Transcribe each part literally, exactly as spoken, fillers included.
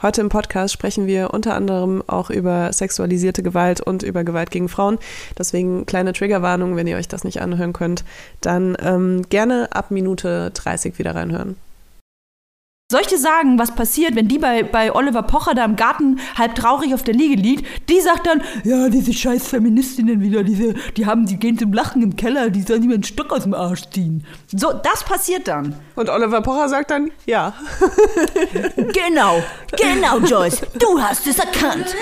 Heute im Podcast sprechen wir unter anderem auch über sexualisierte Gewalt und über Gewalt gegen Frauen. Deswegen kleine Triggerwarnung, wenn ihr euch das nicht anhören könnt, dann ähm, gerne ab Minute dreißig wieder reinhören. Soll ich dir sagen, was passiert, wenn die bei, bei Oliver Pocher da im Garten halb traurig auf der Liege liegt? Die sagt dann, ja, diese scheiß Feministinnen wieder, diese, die haben, die gehen zum Lachen im Keller, die sollen mir einen Stock aus dem Arsch ziehen. So, das passiert dann. Und Oliver Pocher sagt dann, ja. Genau, genau, Joyce, du hast es erkannt.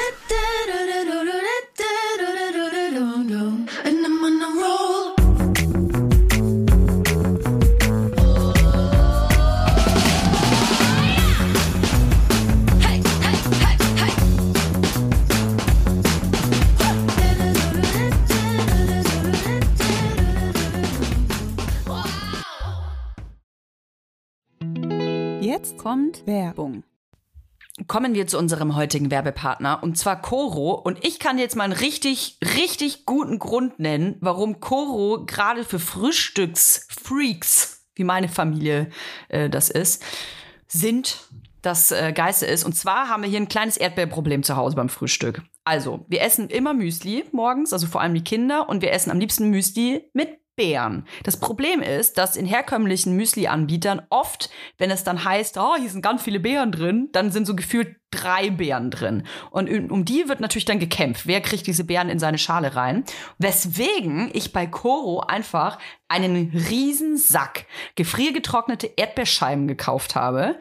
Jetzt kommt Werbung. Kommen wir zu unserem heutigen Werbepartner, und zwar Koro. Und ich kann jetzt mal einen richtig, richtig guten Grund nennen, warum Koro gerade für Frühstücksfreaks, wie meine Familie äh, das ist, sind, das äh, Geiste ist. Und zwar haben wir hier ein kleines Erdbeerproblem zu Hause beim Frühstück. Also, wir essen immer Müsli morgens, also vor allem die Kinder, und wir essen am liebsten Müsli mit Beeren. Das Problem ist, dass in herkömmlichen Müsli-Anbietern oft, wenn es dann heißt, oh, hier sind ganz viele Beeren drin, dann sind so gefühlt drei Beeren drin. Und um die wird natürlich dann gekämpft. Wer kriegt diese Beeren in seine Schale rein? Weswegen ich bei Koro einfach einen riesen Sack gefriergetrocknete Erdbeerscheiben gekauft habe.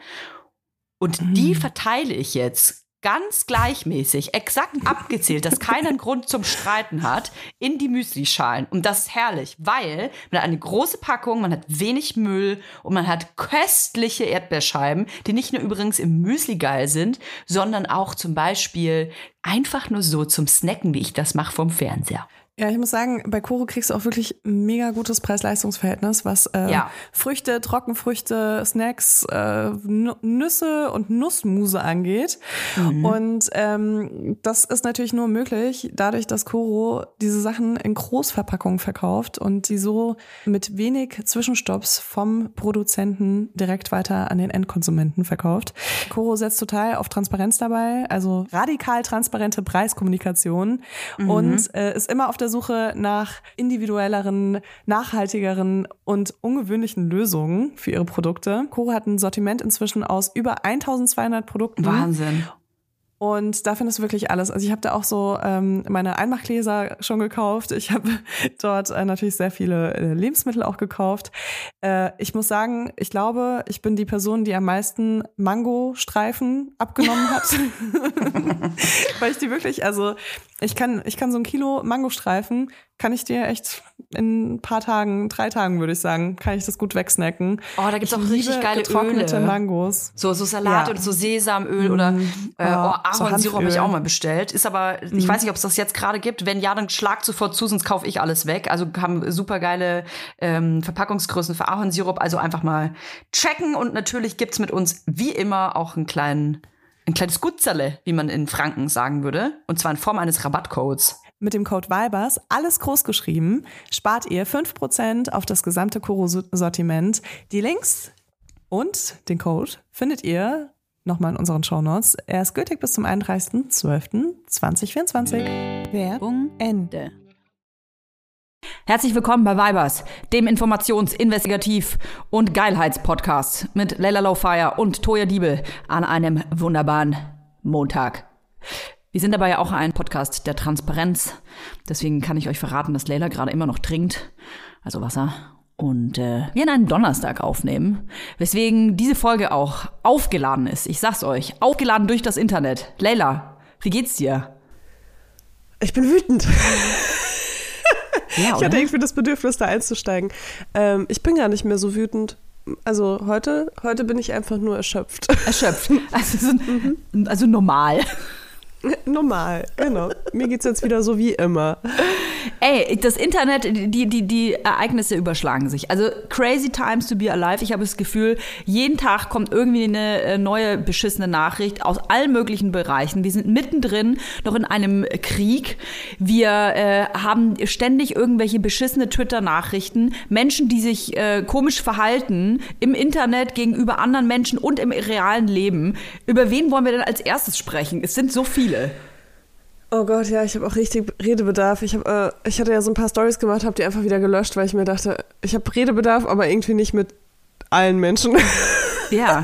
Und mm. die verteile ich jetzt ganz gleichmäßig, exakt abgezählt, dass keiner einen Grund zum Streiten hat, in die Müslischalen. Und das ist herrlich, weil man hat eine große Packung, man hat wenig Müll und man hat köstliche Erdbeerscheiben, die nicht nur übrigens im Müsli geil sind, sondern auch zum Beispiel einfach nur so zum Snacken, wie ich das mache, vom Fernseher. Ja, ich muss sagen, bei Koro kriegst du auch wirklich ein mega gutes Preis-Leistungs-Verhältnis, was äh, ja. Früchte, Trockenfrüchte, Snacks, äh, Nüsse und Nussmuse angeht. Mhm. Und ähm, das ist natürlich nur möglich, dadurch, dass Koro diese Sachen in Großverpackungen verkauft und die so mit wenig Zwischenstopps vom Produzenten direkt weiter an den Endkonsumenten verkauft. Koro setzt total auf Transparenz dabei, also radikal transparente Preiskommunikation mhm. und äh, ist immer auf der Suche nach individuelleren, nachhaltigeren und ungewöhnlichen Lösungen für ihre Produkte. Koro hat ein Sortiment inzwischen aus über eintausendzweihundert Produkten. Wahnsinn. Und da findest du wirklich alles. Also ich habe da auch so ähm, meine Einmachgläser schon gekauft. Ich habe dort äh, natürlich sehr viele äh, Lebensmittel auch gekauft. Äh, ich muss sagen, ich glaube, ich bin die Person, die am meisten Mangostreifen abgenommen hat. Weil ich die wirklich, also ich kann, ich kann so ein Kilo Mangostreifen, kann ich dir echt in ein paar Tagen, drei Tagen würde ich sagen, kann ich das gut wegsnacken. Oh, da gibt's auch richtig geile getrocknete Öle. Mangos. So, so Salat ja. oder so Sesamöl mm. oder äh, oh, Ahornsirup so habe ich auch mal bestellt. Ist aber, mm. ich weiß nicht, ob es das jetzt gerade gibt. Wenn ja, dann schlag sofort zu, sonst kaufe ich alles weg. Also haben super geile ähm, Verpackungsgrößen für Ahornsirup. Also einfach mal checken. Und natürlich gibt's mit uns wie immer auch einen kleinen, ein kleines Gutzerle, wie man in Franken sagen würde. Und zwar in Form eines Rabattcodes. Mit dem Code Weibers, alles groß geschrieben, spart ihr fünf Prozent auf das gesamte Koro-Sortiment. Die Links und den Code findet ihr nochmal in unseren Shownotes. Er ist gültig bis zum einunddreißigsten zwölften zweitausendvierundzwanzig. Werbung Ende. Herzlich willkommen bei Weibers, dem Informations-, Investigativ- und Geilheits-Podcast mit Leila Lowfire und Toja Diebel an einem wunderbaren Montag. Wir sind dabei ja auch ein Podcast der Transparenz. Deswegen kann ich euch verraten, dass Leila gerade immer noch trinkt, also Wasser, und äh, wir an einem Donnerstag aufnehmen. Weswegen diese Folge auch aufgeladen ist. Ich sag's euch, aufgeladen durch das Internet. Leila, wie geht's dir? Ich bin wütend. Ja, ich hatte irgendwie das Bedürfnis, da einzusteigen. Ähm, ich bin gar nicht mehr so wütend. Also heute, heute bin ich einfach nur erschöpft. Erschöpft? Also, so, also normal. Normal, genau. Mir geht's jetzt wieder so wie immer. Ey, das Internet, die, die, die Ereignisse überschlagen sich. Also crazy times to be alive. Ich habe das Gefühl, jeden Tag kommt irgendwie eine neue beschissene Nachricht aus allen möglichen Bereichen. Wir sind mittendrin noch in einem Krieg. Wir äh, haben ständig irgendwelche beschissene Twitter-Nachrichten. Menschen, die sich äh, komisch verhalten im Internet gegenüber anderen Menschen und im realen Leben. Über wen wollen wir denn als erstes sprechen? Es sind so viele. Oh Gott, ja, ich habe auch richtig Redebedarf. Ich, hab, äh, ich hatte ja so ein paar Storys gemacht, habe die einfach wieder gelöscht, weil ich mir dachte, ich habe Redebedarf, aber irgendwie nicht mit allen Menschen. Ja.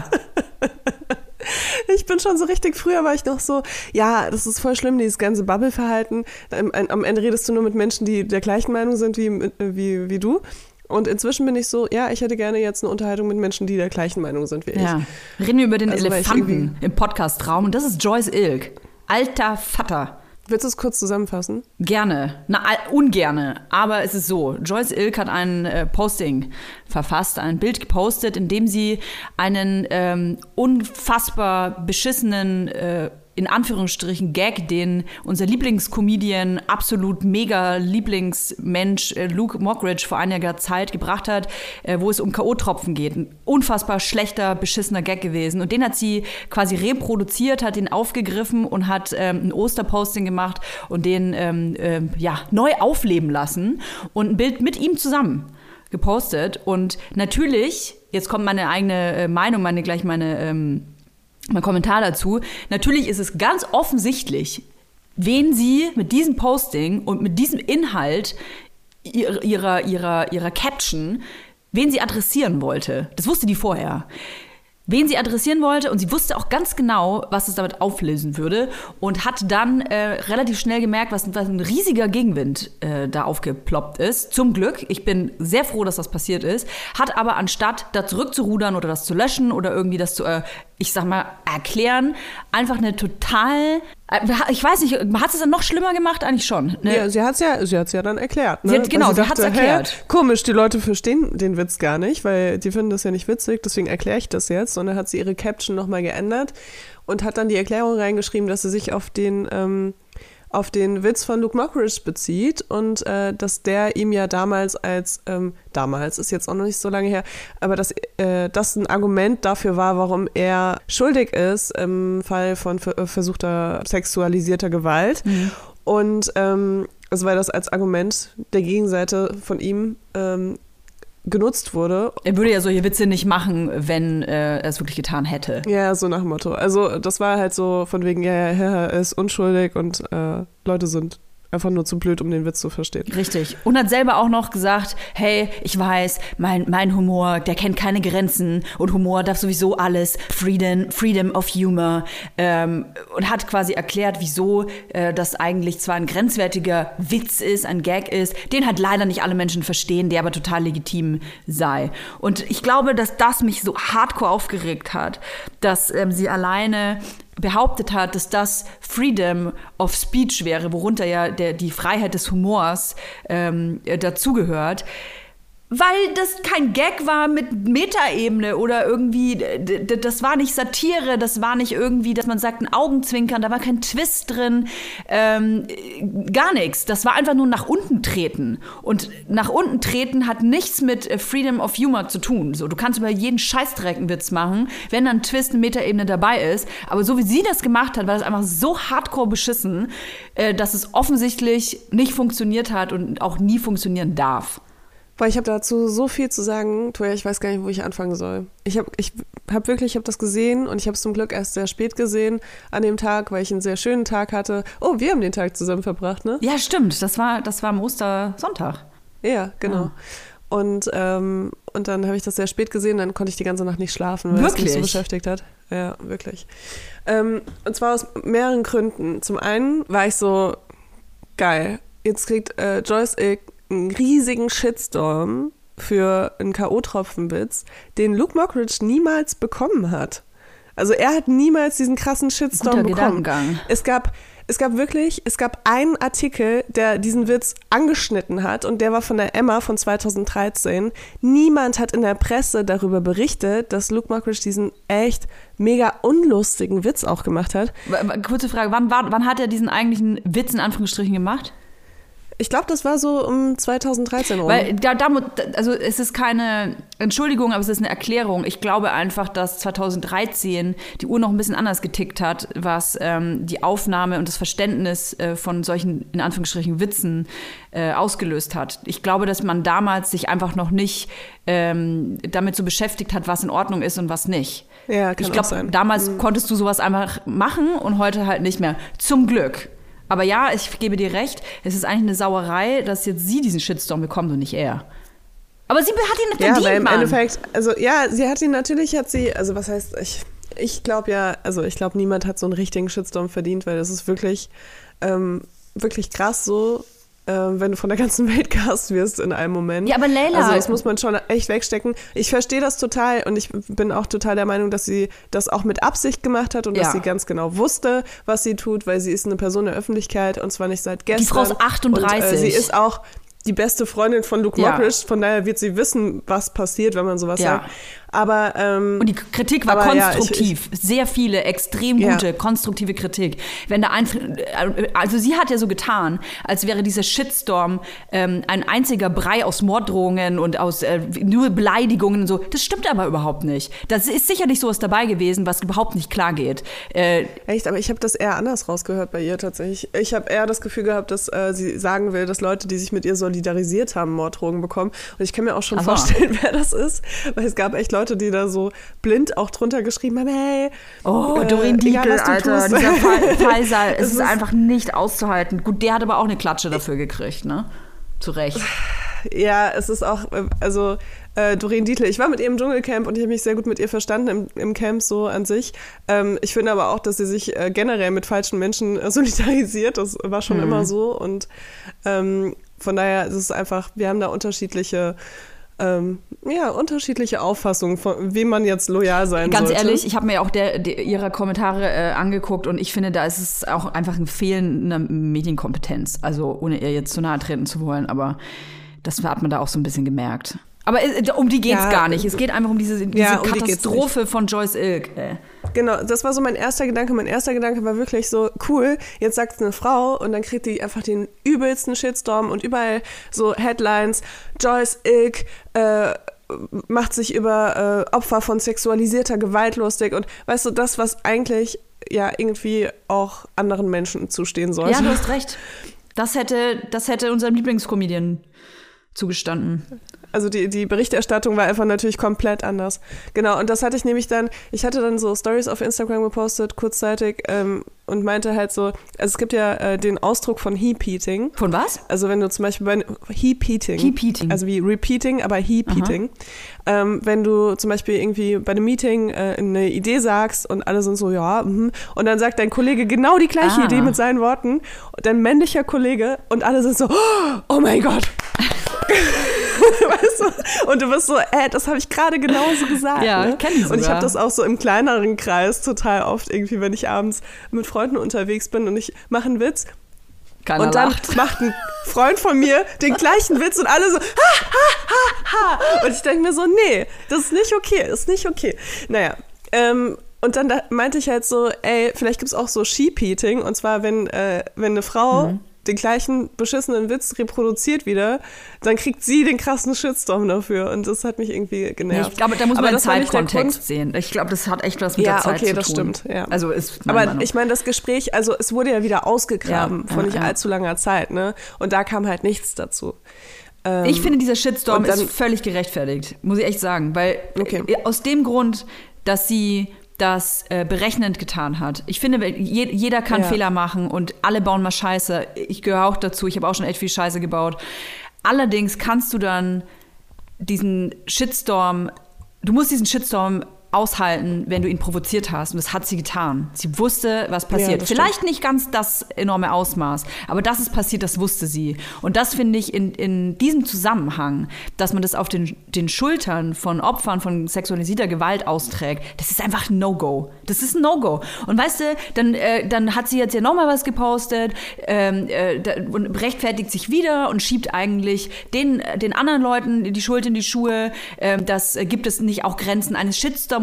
Ich bin schon so richtig, früher war ich noch so, ja, das ist voll schlimm, dieses ganze Bubble-Verhalten. Am, am Ende redest du nur mit Menschen, die der gleichen Meinung sind wie, wie, wie du. Und inzwischen bin ich so, ja, ich hätte gerne jetzt eine Unterhaltung mit Menschen, die der gleichen Meinung sind wie ich. Ja. Reden wir über den also, Elefanten im Podcast-Raum und das ist Joyce Ilk. Alter Vater. Willst du es kurz zusammenfassen? Gerne. Na, ungerne. Aber es ist so. Joyce Ilk hat ein äh, Posting verfasst, ein Bild gepostet, in dem sie einen ähm, unfassbar beschissenen äh, in Anführungsstrichen Gag, den unser Lieblingscomedian, absolut mega Lieblingsmensch äh, Luke Mockridge vor einiger Zeit gebracht hat, äh, wo es um K O-Tropfen geht. Ein unfassbar schlechter, beschissener Gag gewesen. Und den hat sie quasi reproduziert, hat ihn aufgegriffen und hat ähm, ein Osterposting gemacht und den ähm, äh, ja, neu aufleben lassen und ein Bild mit ihm zusammen gepostet. Und natürlich, jetzt kommt meine eigene äh, Meinung, meine gleich meine ähm, mein Kommentar dazu. Natürlich ist es ganz offensichtlich, wen sie mit diesem Posting und mit diesem Inhalt ihrer, ihrer, ihrer, ihrer Caption, wen sie adressieren wollte. Das wusste die vorher. Wen sie adressieren wollte und sie wusste auch ganz genau, was es damit auflösen würde und hat dann äh, relativ schnell gemerkt, was, was ein riesiger Gegenwind äh, da aufgeploppt ist. Zum Glück, ich bin sehr froh, dass das passiert ist, hat aber anstatt da zurückzurudern oder das zu löschen oder irgendwie das zu, äh, ich sag mal, erklären, einfach eine total, äh, ich weiß nicht, hat es dann noch schlimmer gemacht? Eigentlich schon. Ne? Ja, sie hat es ja, sie hat's ja dann erklärt. Ne? Sie hat, genau, sie, sie hat es erklärt. Hä, komisch, die Leute verstehen den Witz gar nicht, weil die finden das ja nicht witzig, deswegen erkläre ich das jetzt. Und dann hat sie ihre Caption nochmal geändert und hat dann die Erklärung reingeschrieben, dass sie sich auf den, ähm, auf den Witz von Luke Mockridge bezieht und äh, dass der ihm ja damals als, ähm, damals ist jetzt auch noch nicht so lange her, aber dass äh, das ein Argument dafür war, warum er schuldig ist im Fall von ver- versuchter sexualisierter Gewalt. Mhm. Und ähm, also weil das als Argument der Gegenseite von ihm ähm, genutzt wurde. Er würde ja solche Witze nicht machen, wenn äh, er es wirklich getan hätte. Ja, so nach dem Motto. Also das war halt so von wegen, ja, ja, er ist unschuldig und äh, Leute sind einfach nur zu blöd, um den Witz zu verstehen. Richtig. Und hat selber auch noch gesagt, hey, ich weiß, mein, mein Humor, der kennt keine Grenzen und Humor darf sowieso alles. Freedom, Freedom of Humor. Ähm, und hat quasi erklärt, wieso äh, das eigentlich zwar ein grenzwertiger Witz ist, ein Gag ist, den halt leider nicht alle Menschen verstehen, der aber total legitim sei. Und ich glaube, dass das mich so hardcore aufgeregt hat, dass ähm, sie alleine behauptet hat, dass das Freedom of Speech wäre, worunter ja der, die Freiheit des Humors ähm, dazugehört. Weil das kein Gag war mit Metaebene oder irgendwie, das war nicht Satire, das war nicht irgendwie, dass man sagt, ein Augenzwinkern, da war kein Twist drin, ähm, gar nichts. Das war einfach nur nach unten treten. Und nach unten treten hat nichts mit Freedom of Humor zu tun. So, du kannst über jeden Scheißdreck einen Witz machen, wenn dann ein Twist, eine Metaebene dabei ist. Aber so wie sie das gemacht hat, war das einfach so hardcore beschissen, äh, dass es offensichtlich nicht funktioniert hat und auch nie funktionieren darf. Boah, ich habe dazu so viel zu sagen, Toja, ich weiß gar nicht, wo ich anfangen soll. Ich habe ich hab wirklich, ich habe das gesehen und ich habe es zum Glück erst sehr spät gesehen an dem Tag, weil ich einen sehr schönen Tag hatte. Oh, wir haben den Tag zusammen verbracht, ne? Ja, stimmt. Das war, das war am Ostersonntag. Ja, genau. Ah. Und, ähm, und dann habe ich das sehr spät gesehen, dann konnte ich die ganze Nacht nicht schlafen, weil wirklich? es mich so beschäftigt hat. Ja, wirklich. Ähm, und zwar aus mehreren Gründen. Zum einen war ich so, geil, jetzt kriegt äh, Joyce Ilk einen riesigen Shitstorm für einen K O-Tropfenwitz, den Luke Mockridge niemals bekommen hat. Also er hat niemals diesen krassen Shitstorm Guter bekommen. Gedankengang. Es gab, es gab wirklich, es gab einen Artikel, der diesen Witz angeschnitten hat und der war von der Emma von zweitausenddreizehn. Niemand hat in der Presse darüber berichtet, dass Luke Mockridge diesen echt mega unlustigen Witz auch gemacht hat. Kurze Frage, wann, wann, wann hat er diesen eigentlichen Witz in Anführungsstrichen gemacht? Ich glaube, das war so um zweitausenddreizehn rum. Weil da, da, also es ist keine Entschuldigung, aber es ist eine Erklärung. Ich glaube einfach, dass zweitausenddreizehn die Uhr noch ein bisschen anders getickt hat, was ähm, die Aufnahme und das Verständnis äh, von solchen, in Anführungsstrichen, Witzen äh, ausgelöst hat. Ich glaube, dass man damals sich einfach noch nicht ähm, damit so beschäftigt hat, was in Ordnung ist und was nicht. Ja, kann ich glaube, damals mhm. konntest du sowas einfach machen und heute halt nicht mehr. Zum Glück. Aber ja, ich gebe dir recht, es ist eigentlich eine Sauerei, dass jetzt sie diesen Shitstorm bekommt und nicht er. Aber sie hat ihn nicht verdient, ja, weil im Mann. Endeffekt, also ja, sie hat ihn natürlich, hat sie, also was heißt, ich, ich glaube ja, also ich glaube, niemand hat so einen richtigen Shitstorm verdient, weil das ist wirklich, ähm, wirklich krass so, äh, wenn du von der ganzen Welt gehasst wirst in einem Moment. Ja, aber Leila. Also das muss man schon echt wegstecken. Ich verstehe das total und ich bin auch total der Meinung, dass sie das auch mit Absicht gemacht hat und ja. dass sie ganz genau wusste, was sie tut, weil sie ist eine Person der Öffentlichkeit und zwar nicht seit gestern. Die Frau ist achtunddreißig. Und, äh, sie ist auch die beste Freundin von Luke ja. Mockridge, von daher wird sie wissen, was passiert, wenn man sowas ja. sagt. Aber, ähm, und die Kritik war konstruktiv. Ja, ich, ich, Sehr viele, extrem gute, ja. konstruktive Kritik. Wenn da ein, also sie hat ja so getan, als wäre dieser Shitstorm ähm, ein einziger Brei aus Morddrohungen und aus äh, nur Beleidigungen und so. Das stimmt aber überhaupt nicht. Das ist sicherlich sowas dabei gewesen, was überhaupt nicht klar geht. Äh, Echt? Aber ich habe das eher anders rausgehört bei ihr tatsächlich. Ich habe eher das Gefühl gehabt, dass äh, sie sagen will, dass Leute, die sich mit ihr solidarisiert haben, Morddrohungen bekommen. Und ich kann mir auch schon also. vorstellen, wer das ist. Weil es gab echt Leute, die da so blind auch drunter geschrieben haben, hey, oh, äh, Doreen Dietl, Alter, dieser Faisal, es ist einfach nicht auszuhalten. Gut, der hat aber auch eine Klatsche dafür gekriegt, ne? Zu Recht. Ja, es ist auch, also äh, Doreen Dietl, ich war mit ihr im Dschungelcamp und ich habe mich sehr gut mit ihr verstanden im, im Camp so an sich. Ähm, ich finde aber auch, dass sie sich äh, generell mit falschen Menschen äh, solidarisiert, das war schon mhm. immer so und ähm, von daher ist es einfach, wir haben da unterschiedliche Ähm, ja, unterschiedliche Auffassungen, von wem man jetzt loyal sein Ganz sollte. Ganz ehrlich, ich habe mir auch der, der, ihre Kommentare äh, angeguckt und ich finde, da ist es auch einfach ein Fehlen einer Medienkompetenz. Also ohne ihr jetzt zu nahe treten zu wollen, aber das hat man da auch so ein bisschen gemerkt. Aber äh, um die geht's ja, gar nicht. Es geht einfach um diese, diese ja, um Katastrophe die von Joyce Ilk. Äh. Genau, das war so mein erster Gedanke. Mein erster Gedanke war wirklich so, cool, jetzt sagt es eine Frau und dann kriegt die einfach den übelsten Shitstorm und überall so Headlines, Joyce Ilk äh, macht sich über äh, Opfer von sexualisierter Gewalt lustig und weißt du, das, was eigentlich ja irgendwie auch anderen Menschen zustehen sollte. Ja, du hast recht. Das hätte, das hätte unserem Lieblingscomedian zugestanden. Also die, die Berichterstattung war einfach natürlich komplett anders. Genau, und das hatte ich nämlich dann, ich hatte dann so Stories auf Instagram gepostet, kurzzeitig, ähm, und meinte halt so, also es gibt ja äh, den Ausdruck von Heap-Eating. Von was? Also wenn du zum Beispiel bei Heap-Eating. Heap-Eating. Also wie Repeating, aber Heap-Eating. Ähm, wenn du zum Beispiel irgendwie bei einem Meeting äh, eine Idee sagst und alle sind so, ja, mh, und dann sagt dein Kollege genau die gleiche ah. Idee mit seinen Worten, dein männlicher Kollege und alle sind so, oh mein Gott. Weißt du? Und du bist so, äh, das habe ich gerade genauso gesagt. Ja, ne? kenn ich sogar. Und ich habe das auch so im kleineren Kreis total oft irgendwie, wenn ich abends mit Freunden unterwegs bin und ich mache einen Witz. Keiner und dann lacht. macht ein Freund von mir den gleichen Witz und alle so, ha, ha, ha, ha. Und ich denke mir so, nee, das ist nicht okay, das ist nicht okay. Naja, ähm, und dann da meinte ich halt so, ey, vielleicht gibt es auch so Sheep-Eating, und zwar, wenn, äh, wenn eine Frau mhm. den gleichen beschissenen Witz reproduziert wieder, dann kriegt sie den krassen Shitstorm dafür. Und das hat mich irgendwie genervt. Ich glaube, da muss aber man den Zeitkontext sehen. Ich glaube, das hat echt was mit ja, der Zeit okay, zu das tun. Stimmt, ja. Also ist aber Meinung. Ich meine, das Gespräch, also es wurde ja wieder ausgegraben ja, vor ja, nicht ja. allzu langer Zeit, ne? Und da kam halt nichts dazu. Ähm, ich finde, dieser Shitstorm dann, ist völlig gerechtfertigt, muss ich echt sagen. Weil okay. aus dem Grund, dass sie das äh, berechnend getan hat. Ich finde, je, jeder kann ja. Fehler machen und alle bauen mal Scheiße. Ich gehöre auch dazu, ich habe auch schon echt viel Scheiße gebaut. Allerdings kannst du dann diesen Shitstorm, du musst diesen Shitstorm aushalten, wenn du ihn provoziert hast. Und das hat sie getan. Sie wusste, was passiert. Ja, Vielleicht stimmt. nicht ganz das enorme Ausmaß, aber dass es passiert, das wusste sie. Und das finde ich in, in diesem Zusammenhang, dass man das auf den, den Schultern von Opfern von sexualisierter Gewalt austrägt, das ist einfach ein No-Go. Das ist ein No-Go. Und weißt du, dann, äh, dann hat sie jetzt ja nochmal was gepostet ähm, äh, und rechtfertigt sich wieder und schiebt eigentlich den, den anderen Leuten die Schuld in die Schuhe. Äh, das äh, gibt es nicht auch Grenzen eines Shitstorms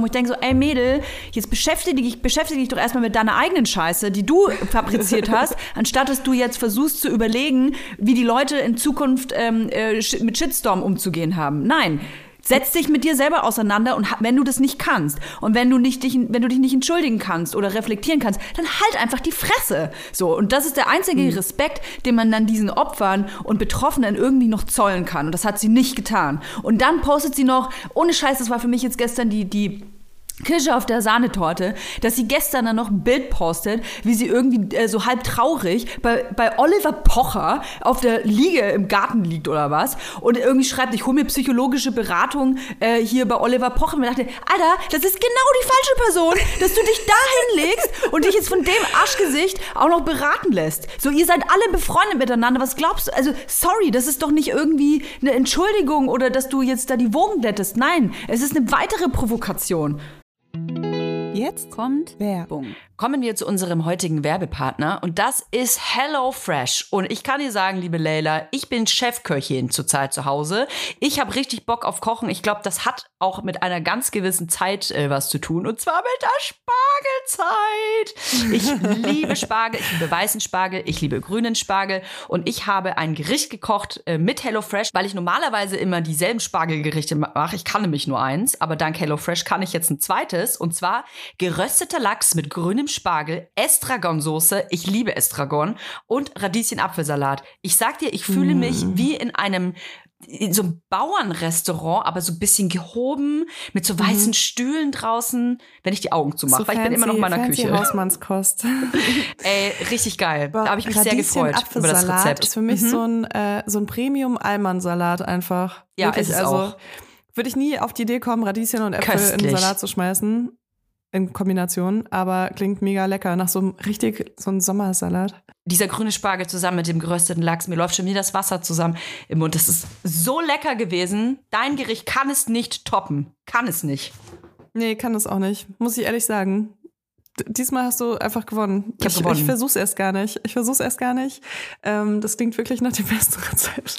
wo ich denke so, ey Mädel, jetzt beschäftige dich, beschäftige dich doch erstmal mit deiner eigenen Scheiße, die du fabriziert hast, anstatt dass du jetzt versuchst zu überlegen, wie die Leute in Zukunft ähm, äh, mit Shitstorm umzugehen haben. Nein. Setz dich mit dir selber auseinander und wenn du das nicht kannst und wenn du nicht dich, wenn du dich nicht entschuldigen kannst oder reflektieren kannst, dann halt einfach die Fresse. So, und das ist der einzige mhm. Respekt, den man dann diesen Opfern und Betroffenen irgendwie noch zollen kann. Und das hat sie nicht getan. Und dann postet sie noch, ohne Scheiß, das war für mich jetzt gestern die, die Kirsche auf der Sahnetorte, dass sie gestern dann noch ein Bild postet, wie sie irgendwie äh, so halb traurig bei, bei Oliver Pocher auf der Liege im Garten liegt oder was und irgendwie schreibt, ich hole mir psychologische Beratung äh, hier bei Oliver Pocher. Und ich dachte, Alter, das ist genau die falsche Person, dass du dich da hinlegst und dich jetzt von dem Arschgesicht auch noch beraten lässt. So, ihr seid alle befreundet miteinander, was glaubst du? Also, sorry, das ist doch nicht irgendwie eine Entschuldigung oder dass du jetzt da die Wogen glättest. Nein, es ist eine weitere Provokation. Jetzt kommt Werbung. Kommen wir zu unserem heutigen Werbepartner und das ist HelloFresh. Und ich kann dir sagen, liebe Leila, ich bin Chefköchin zurzeit zu Hause. Ich habe richtig Bock auf Kochen. Ich glaube, das hat auch mit einer ganz gewissen Zeit äh, was zu tun. Und zwar mit der Spargelzeit. Ich liebe Spargel, ich liebe weißen Spargel, ich liebe grünen Spargel. Und ich habe ein Gericht gekocht äh, mit HelloFresh, weil ich normalerweise immer dieselben Spargelgerichte mache. Ich kann nämlich nur eins, aber dank HelloFresh kann ich jetzt ein zweites. Und zwar gerösteter Lachs mit grünem Spargel, Estragonsoße, ich liebe Estragon und Radieschen-Apfelsalat. Ich sag dir, ich fühle mich mm. wie in einem in so einem Bauernrestaurant, aber so ein bisschen gehoben, mit so weißen mm. Stühlen draußen, wenn ich die Augen zumache, so weil fancy, ich bin immer noch in meiner fancy Küche. Hausmannskost. Ey, richtig geil. Da habe ich mich sehr gefreut über das Rezept. Ist für mich mhm. so ein, äh, so ein Premium-Almansalat einfach. Ja, Wirklich, ist es also, auch. Würde ich nie auf die Idee kommen, Radieschen und Äpfel Köstlich. in den Salat zu schmeißen. In Kombination, aber klingt mega lecker. Nach so einem richtig, so einem Sommersalat. Dieser grüne Spargel zusammen mit dem gerösteten Lachs, mir läuft schon wieder das Wasser zusammen im Mund. Das ist so lecker gewesen. Dein Gericht kann es nicht toppen. Kann es nicht. Nee, kann es auch nicht. Muss ich ehrlich sagen. D- diesmal hast du einfach gewonnen. Ich, hab gewonnen. ich versuch's erst gar nicht. Ich versuch's erst gar nicht. Ähm, das klingt wirklich nach dem besten Rezept.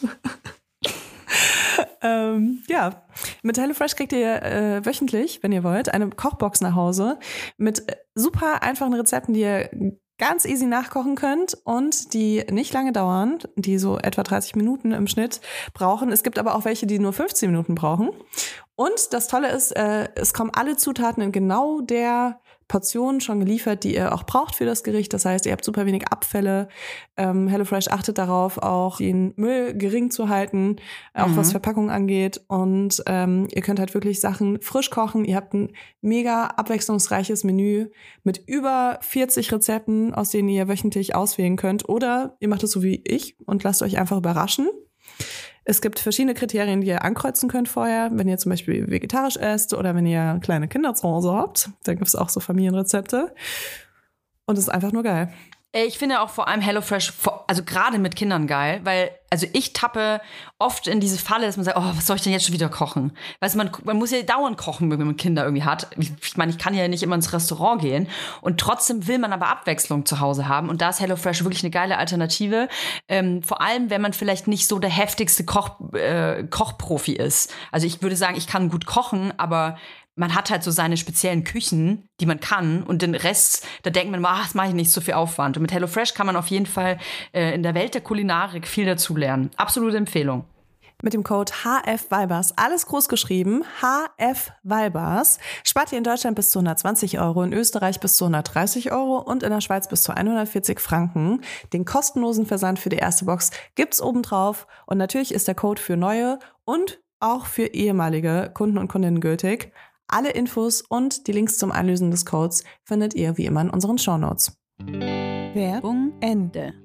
ähm, ja, mit HelloFresh kriegt ihr äh, wöchentlich, wenn ihr wollt, eine Kochbox nach Hause mit äh, super einfachen Rezepten, die ihr ganz easy nachkochen könnt und die nicht lange dauern, die so etwa dreißig Minuten im Schnitt brauchen. Es gibt aber auch welche, die nur fünfzehn Minuten brauchen. Und das Tolle ist, äh, es kommen alle Zutaten in genau der Portionen schon geliefert, die ihr auch braucht für das Gericht. Das heißt, ihr habt super wenig Abfälle. Ähm, HelloFresh achtet darauf, auch den Müll gering zu halten, auch mhm. was Verpackung angeht. Und ähm, ihr könnt halt wirklich Sachen frisch kochen. Ihr habt ein mega abwechslungsreiches Menü mit über vierzig Rezepten, aus denen ihr wöchentlich auswählen könnt. Oder ihr macht es so wie ich und lasst euch einfach überraschen. Es gibt verschiedene Kriterien, die ihr ankreuzen könnt vorher, wenn ihr zum Beispiel vegetarisch esst oder wenn ihr kleine Kinder zu Hause habt. Dann gibt es auch so Familienrezepte. Und es ist einfach nur geil. Ich finde auch vor allem HelloFresh, also gerade mit Kindern geil, weil also ich tappe oft in diese Falle, dass man sagt, oh, was soll ich denn jetzt schon wieder kochen? Weißt du, man, man muss ja dauernd kochen, wenn man Kinder irgendwie hat. Ich, ich meine, ich kann ja nicht immer ins Restaurant gehen und trotzdem will man aber Abwechslung zu Hause haben und da ist HelloFresh wirklich eine geile Alternative. Ähm, vor allem, wenn man vielleicht nicht so der heftigste Koch, äh, Kochprofi ist. Also ich würde sagen, ich kann gut kochen, aber man hat halt so seine speziellen Küchen, die man kann und den Rest, da denkt man, ach, das mache ich nicht so viel Aufwand. Und mit HelloFresh kann man auf jeden Fall äh, in der Welt der Kulinarik viel dazu lernen. Absolute Empfehlung. Mit dem Code H F Weibers, alles groß geschrieben, H F Weibers, spart ihr in Deutschland bis zu hundertzwanzig Euro, in Österreich bis zu hundertdreißig Euro und in der Schweiz bis zu hundertvierzig Franken. Den kostenlosen Versand für die erste Box gibt's obendrauf und natürlich ist der Code für neue und auch für ehemalige Kunden und Kundinnen gültig. Alle Infos und die Links zum Einlösen des Codes findet ihr wie immer in unseren Shownotes. Werbung Ende.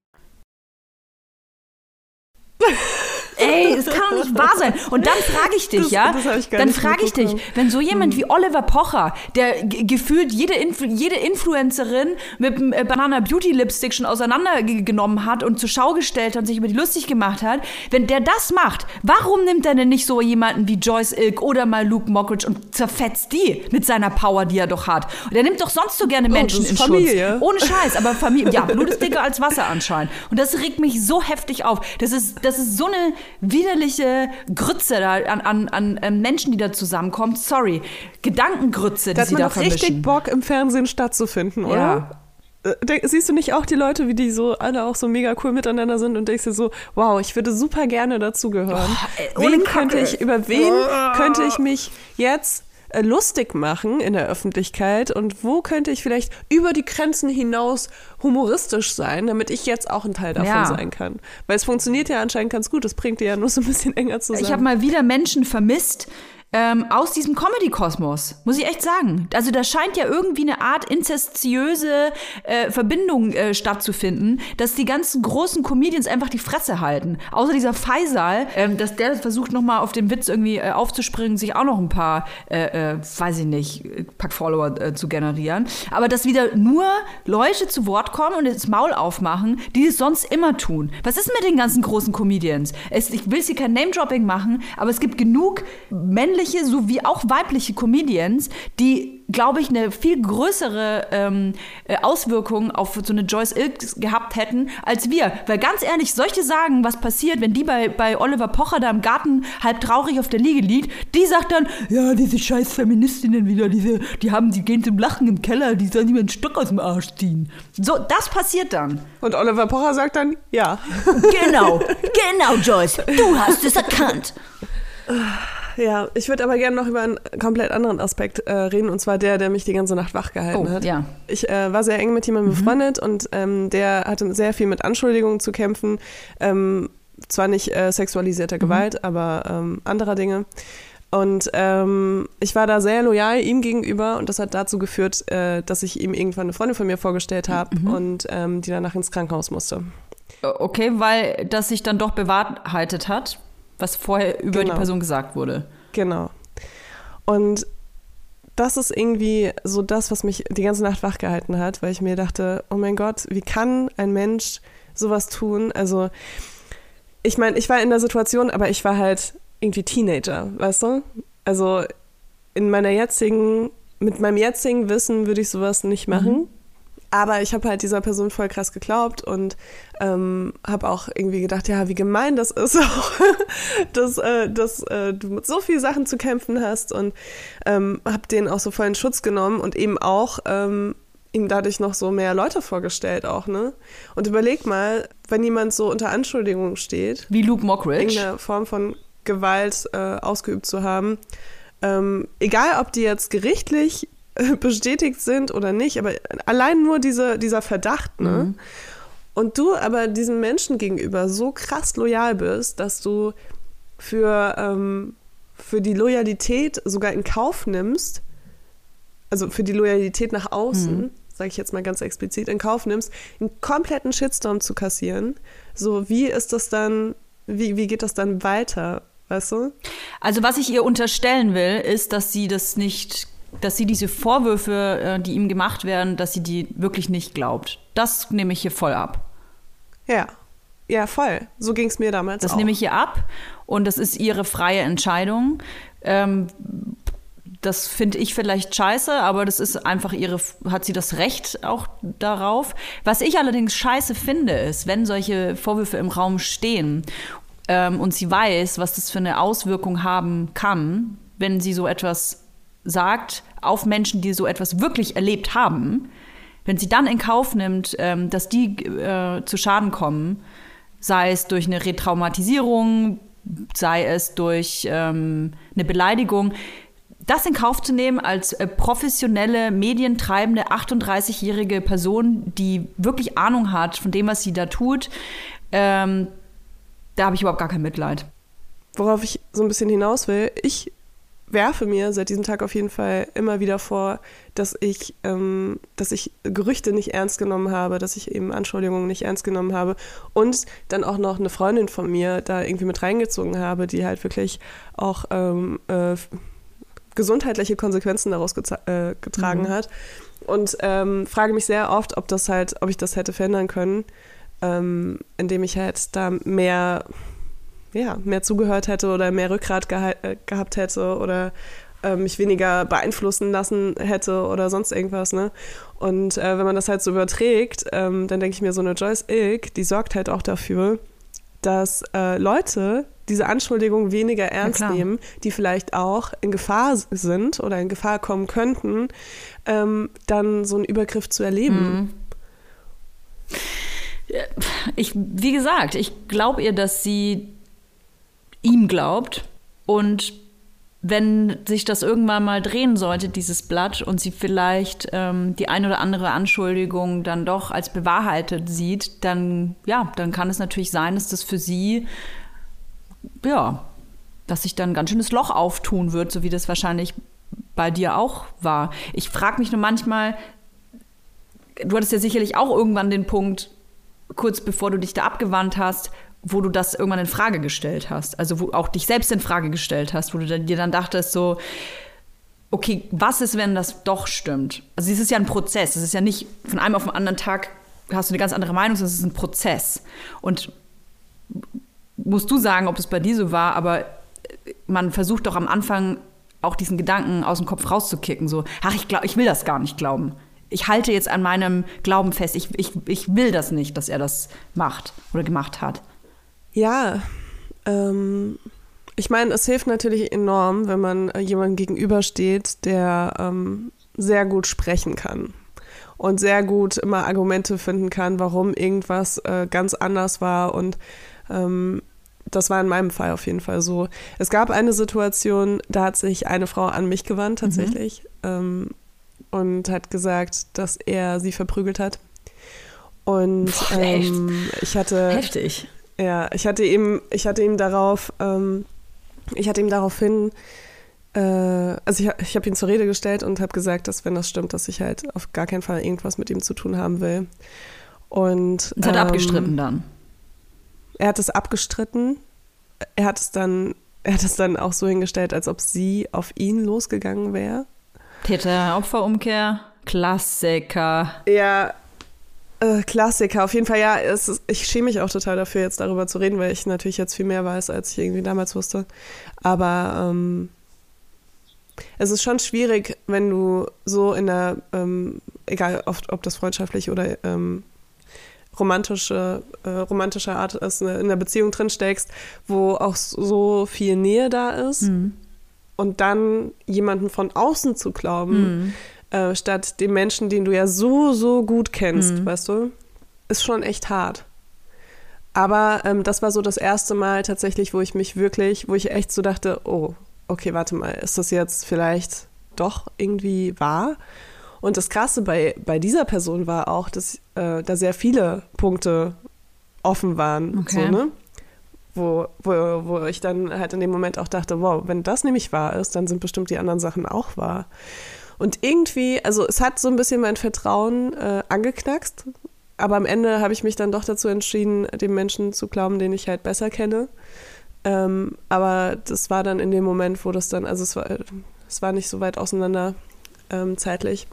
Ey, es kann doch nicht wahr sein. Und dann frage ich dich, das, ja, das ich dann frage ich dich, wenn so jemand wie Oliver Pocher, der g- gefühlt jede, Influ- jede Influencerin mit dem äh, Banana Beauty Lipstick schon auseinandergenommen hat und zur Schau gestellt hat und sich über die lustig gemacht hat, wenn der das macht, warum nimmt er denn nicht so jemanden wie Joyce Ilk oder mal Luke Mockridge und zerfetzt die mit seiner Power, die er doch hat? Und er nimmt doch sonst so gerne Menschen oh, in Familie. Schutz. Ohne Scheiß, aber Familie, ja, Blut ist dicker als Wasser anscheinend. Und das regt mich so heftig auf. Das ist, das ist so eine widerliche Grütze da an, an, an, an Menschen, die da zusammenkommen. Sorry, Gedankengrütze, die da sie da vermischen. Da hat man richtig Bock, im Fernsehen stattzufinden, oder? Ja. Siehst du nicht auch die Leute, wie die so alle auch so mega cool miteinander sind und denkst dir so, wow, ich würde super gerne dazugehören. Oh, wen könnte ich, über wen oh. könnte ich mich jetzt äh, lustig machen in der Öffentlichkeit und wo könnte ich vielleicht über die Grenzen hinaus humoristisch sein, damit ich jetzt auch ein Teil davon ja. sein kann. Weil es funktioniert ja anscheinend ganz gut, das bringt dir ja nur so ein bisschen enger zusammen. Ich habe mal wieder Menschen vermisst, Ähm, aus diesem Comedy-Kosmos, muss ich echt sagen. Also da scheint ja irgendwie eine Art inzestiöse äh, Verbindung äh, stattzufinden, dass die ganzen großen Comedians einfach die Fresse halten. Außer dieser Faisal, ähm, dass der versucht nochmal auf den Witz irgendwie äh, aufzuspringen, sich auch noch ein paar, äh, äh, weiß ich nicht, Pack Follower äh, zu generieren. Aber dass wieder nur Leute zu Wort kommen und das Maul aufmachen, die es sonst immer tun. Was ist mit den ganzen großen Comedians? Es, ich will hier kein Name-Dropping machen, aber es gibt genug männliche sowie auch weibliche Comedians, die, glaube ich, eine viel größere ähm, Auswirkung auf so eine Joyce Ilk gehabt hätten als wir. Weil ganz ehrlich, soll ich dir sagen, was passiert, wenn die bei, bei Oliver Pocher da im Garten halb traurig auf der Liege liegt? Die sagt dann, ja, diese scheiß Feministinnen wieder, diese, die haben, die gehen zum Lachen im Keller, die sollen mir einen Stock aus dem Arsch ziehen. So, das passiert dann. Und Oliver Pocher sagt dann, ja. Genau, genau, Joyce, du hast es erkannt. Ja, ich würde aber gerne noch über einen komplett anderen Aspekt äh, reden, und zwar der, der mich die ganze Nacht wach gehalten oh, hat. Ja. Ich äh, war sehr eng mit jemandem mhm. befreundet und ähm, der hatte sehr viel mit Anschuldigungen zu kämpfen. Ähm, zwar nicht äh, sexualisierter mhm. Gewalt, aber ähm, anderer Dinge. Und ähm, ich war da sehr loyal ihm gegenüber und das hat dazu geführt, äh, dass ich ihm irgendwann eine Freundin von mir vorgestellt habe mhm. und ähm, die danach ins Krankenhaus musste. Okay, weil das sich dann doch bewahrheitet hat, was vorher über genau. die Person gesagt wurde. Genau. Und das ist irgendwie so das, was mich die ganze Nacht wach gehalten hat, weil ich mir dachte, oh mein Gott, wie kann ein Mensch sowas tun? Also, ich meine, ich war in der Situation, aber ich war halt irgendwie Teenager, weißt du? Also, in meiner jetzigen, mit meinem jetzigen Wissen würde ich sowas nicht machen. Mhm. Aber ich habe halt dieser Person voll krass geglaubt und ähm, habe auch irgendwie gedacht, ja, wie gemein das ist auch, dass, äh, dass äh, du mit so vielen Sachen zu kämpfen hast und ähm, habe den auch so voll in Schutz genommen und eben auch ähm, ihm dadurch noch so mehr Leute vorgestellt auch, ne? Und überleg mal, wenn jemand so unter Anschuldigungen steht, wie Luke Mockridge, irgendeine Form von Gewalt äh, ausgeübt zu haben, ähm, egal ob die jetzt gerichtlich bestätigt sind oder nicht, aber allein nur diese, dieser Verdacht, ne? Mhm. Und du aber diesem Menschen gegenüber so krass loyal bist, dass du für, ähm, für die Loyalität sogar in Kauf nimmst, also für die Loyalität nach außen, mhm. sage ich jetzt mal ganz explizit, in Kauf nimmst, einen kompletten Shitstorm zu kassieren. So, wie ist das dann, wie, wie geht das dann weiter, weißt du? Also was ich ihr unterstellen will, ist, dass sie das nicht dass sie diese Vorwürfe, die ihm gemacht werden, dass sie die wirklich nicht glaubt. Das nehme ich hier voll ab. Ja, ja, voll. So ging es mir damals das auch. Das nehme ich hier ab und das ist ihre freie Entscheidung. Ähm, das finde ich vielleicht scheiße, aber das ist einfach ihre, hat sie das Recht auch darauf. Was ich allerdings scheiße finde, ist, wenn solche Vorwürfe im Raum stehen ähm, und sie weiß, was das für eine Auswirkung haben kann, wenn sie so etwas sagt, auf Menschen, die so etwas wirklich erlebt haben, wenn sie dann in Kauf nimmt, ähm, dass die äh, zu Schaden kommen, sei es durch eine Retraumatisierung, sei es durch ähm, eine Beleidigung, das in Kauf zu nehmen als äh, professionelle, medientreibende, achtunddreißigjährige Person, die wirklich Ahnung hat von dem, was sie da tut, ähm, da habe ich überhaupt gar kein Mitleid. Worauf ich so ein bisschen hinaus will, ich werfe mir seit diesem Tag auf jeden Fall immer wieder vor, dass ich, ähm, dass ich Gerüchte nicht ernst genommen habe, dass ich eben Anschuldigungen nicht ernst genommen habe und dann auch noch eine Freundin von mir da irgendwie mit reingezogen habe, die halt wirklich auch ähm, äh, gesundheitliche Konsequenzen daraus geza- äh, getragen mhm. hat und ähm, frage mich sehr oft, ob das halt, ob ich das hätte verändern können, ähm, indem ich halt da mehr ja, mehr zugehört hätte oder mehr Rückgrat geha- äh, gehabt hätte oder äh, mich weniger beeinflussen lassen hätte oder sonst irgendwas, ne? Und äh, wenn man das halt so überträgt, ähm, dann denke ich mir, so eine Joyce Ilk, die sorgt halt auch dafür, dass äh, Leute diese Anschuldigung weniger ernst ja, nehmen, die vielleicht auch in Gefahr sind oder in Gefahr kommen könnten, ähm, dann so einen Übergriff zu erleben. Mhm. Ich, wie gesagt, ich glaube ihr, dass sie ihm glaubt und wenn sich das irgendwann mal drehen sollte, dieses Blatt, und sie vielleicht ähm, die ein oder andere Anschuldigung dann doch als bewahrheitet sieht, dann, ja, dann kann es natürlich sein, dass das für sie, ja, dass sich dann ein ganz schönes Loch auftun wird, so wie das wahrscheinlich bei dir auch war. Ich frage mich nur manchmal, du hattest ja sicherlich auch irgendwann den Punkt, kurz bevor du dich da abgewandt hast, wo du das irgendwann in Frage gestellt hast, also wo auch dich selbst in Frage gestellt hast, wo du dann, dir dann dachtest so, okay, was ist, wenn das doch stimmt? Also es ist ja ein Prozess, es ist ja nicht von einem auf den anderen Tag hast du eine ganz andere Meinung, sondern es ist ein Prozess. Und musst du sagen, ob es bei dir so war, aber man versucht doch am Anfang auch diesen Gedanken aus dem Kopf rauszukicken, so, ach, ich, glaub, ich will das gar nicht glauben. Ich halte jetzt an meinem Glauben fest, ich, ich, ich will das nicht, dass er das macht oder gemacht hat. Ja, ähm, ich meine, es hilft natürlich enorm, wenn man äh, jemandem gegenübersteht, der ähm, sehr gut sprechen kann und sehr gut immer Argumente finden kann, warum irgendwas äh, ganz anders war, und ähm, das war in meinem Fall auf jeden Fall so. Es gab eine Situation, da hat sich eine Frau an mich gewandt tatsächlich, mhm. ähm, und hat gesagt, dass er sie verprügelt hat. Und Boah, ähm, ich hatte... Heftig. Ja, ich hatte ihm, ich hatte ihm darauf, ähm, ich hatte ihm daraufhin, äh, also ich, ich habe ihn zur Rede gestellt und habe gesagt, dass wenn das stimmt, dass ich halt auf gar keinen Fall irgendwas mit ihm zu tun haben will. Und das hat er ähm, abgestritten dann. Er hat es abgestritten. Er hat es dann, er hat es dann auch so hingestellt, als ob sie auf ihn losgegangen wäre. Täter-Opfer-Umkehr, Klassiker. Ja. Klassiker, auf jeden Fall, ja. Es ist, ich schäme mich auch total dafür, jetzt darüber zu reden, weil ich natürlich jetzt viel mehr weiß, als ich irgendwie damals wusste. Aber ähm, es ist schon schwierig, wenn du so in der, ähm, egal ob, ob das freundschaftlich oder ähm, romantische, äh, romantische Art ist, in einer Beziehung drin steckst, wo auch so viel Nähe da ist, mhm. und dann jemanden von außen zu glauben, mhm. Äh, statt dem Menschen, den du ja so, so gut kennst, mhm. weißt du, ist schon echt hart. Aber ähm, das war so das erste Mal tatsächlich, wo ich mich wirklich, wo ich echt so dachte, oh, okay, warte mal, ist das jetzt vielleicht doch irgendwie wahr? Und das Krasse bei, bei dieser Person war auch, dass äh, da sehr viele Punkte offen waren, okay. so, ne? Wo, wo, wo ich dann halt in dem Moment auch dachte, wow, wenn das nämlich wahr ist, dann sind bestimmt die anderen Sachen auch wahr. Und irgendwie, also es hat so ein bisschen mein Vertrauen äh, angeknackst, aber am Ende habe ich mich dann doch dazu entschieden, dem Menschen zu glauben, den ich halt besser kenne. Ähm, aber das war dann in dem Moment, wo das dann, also es war, es war nicht so weit auseinander ähm, zeitlich,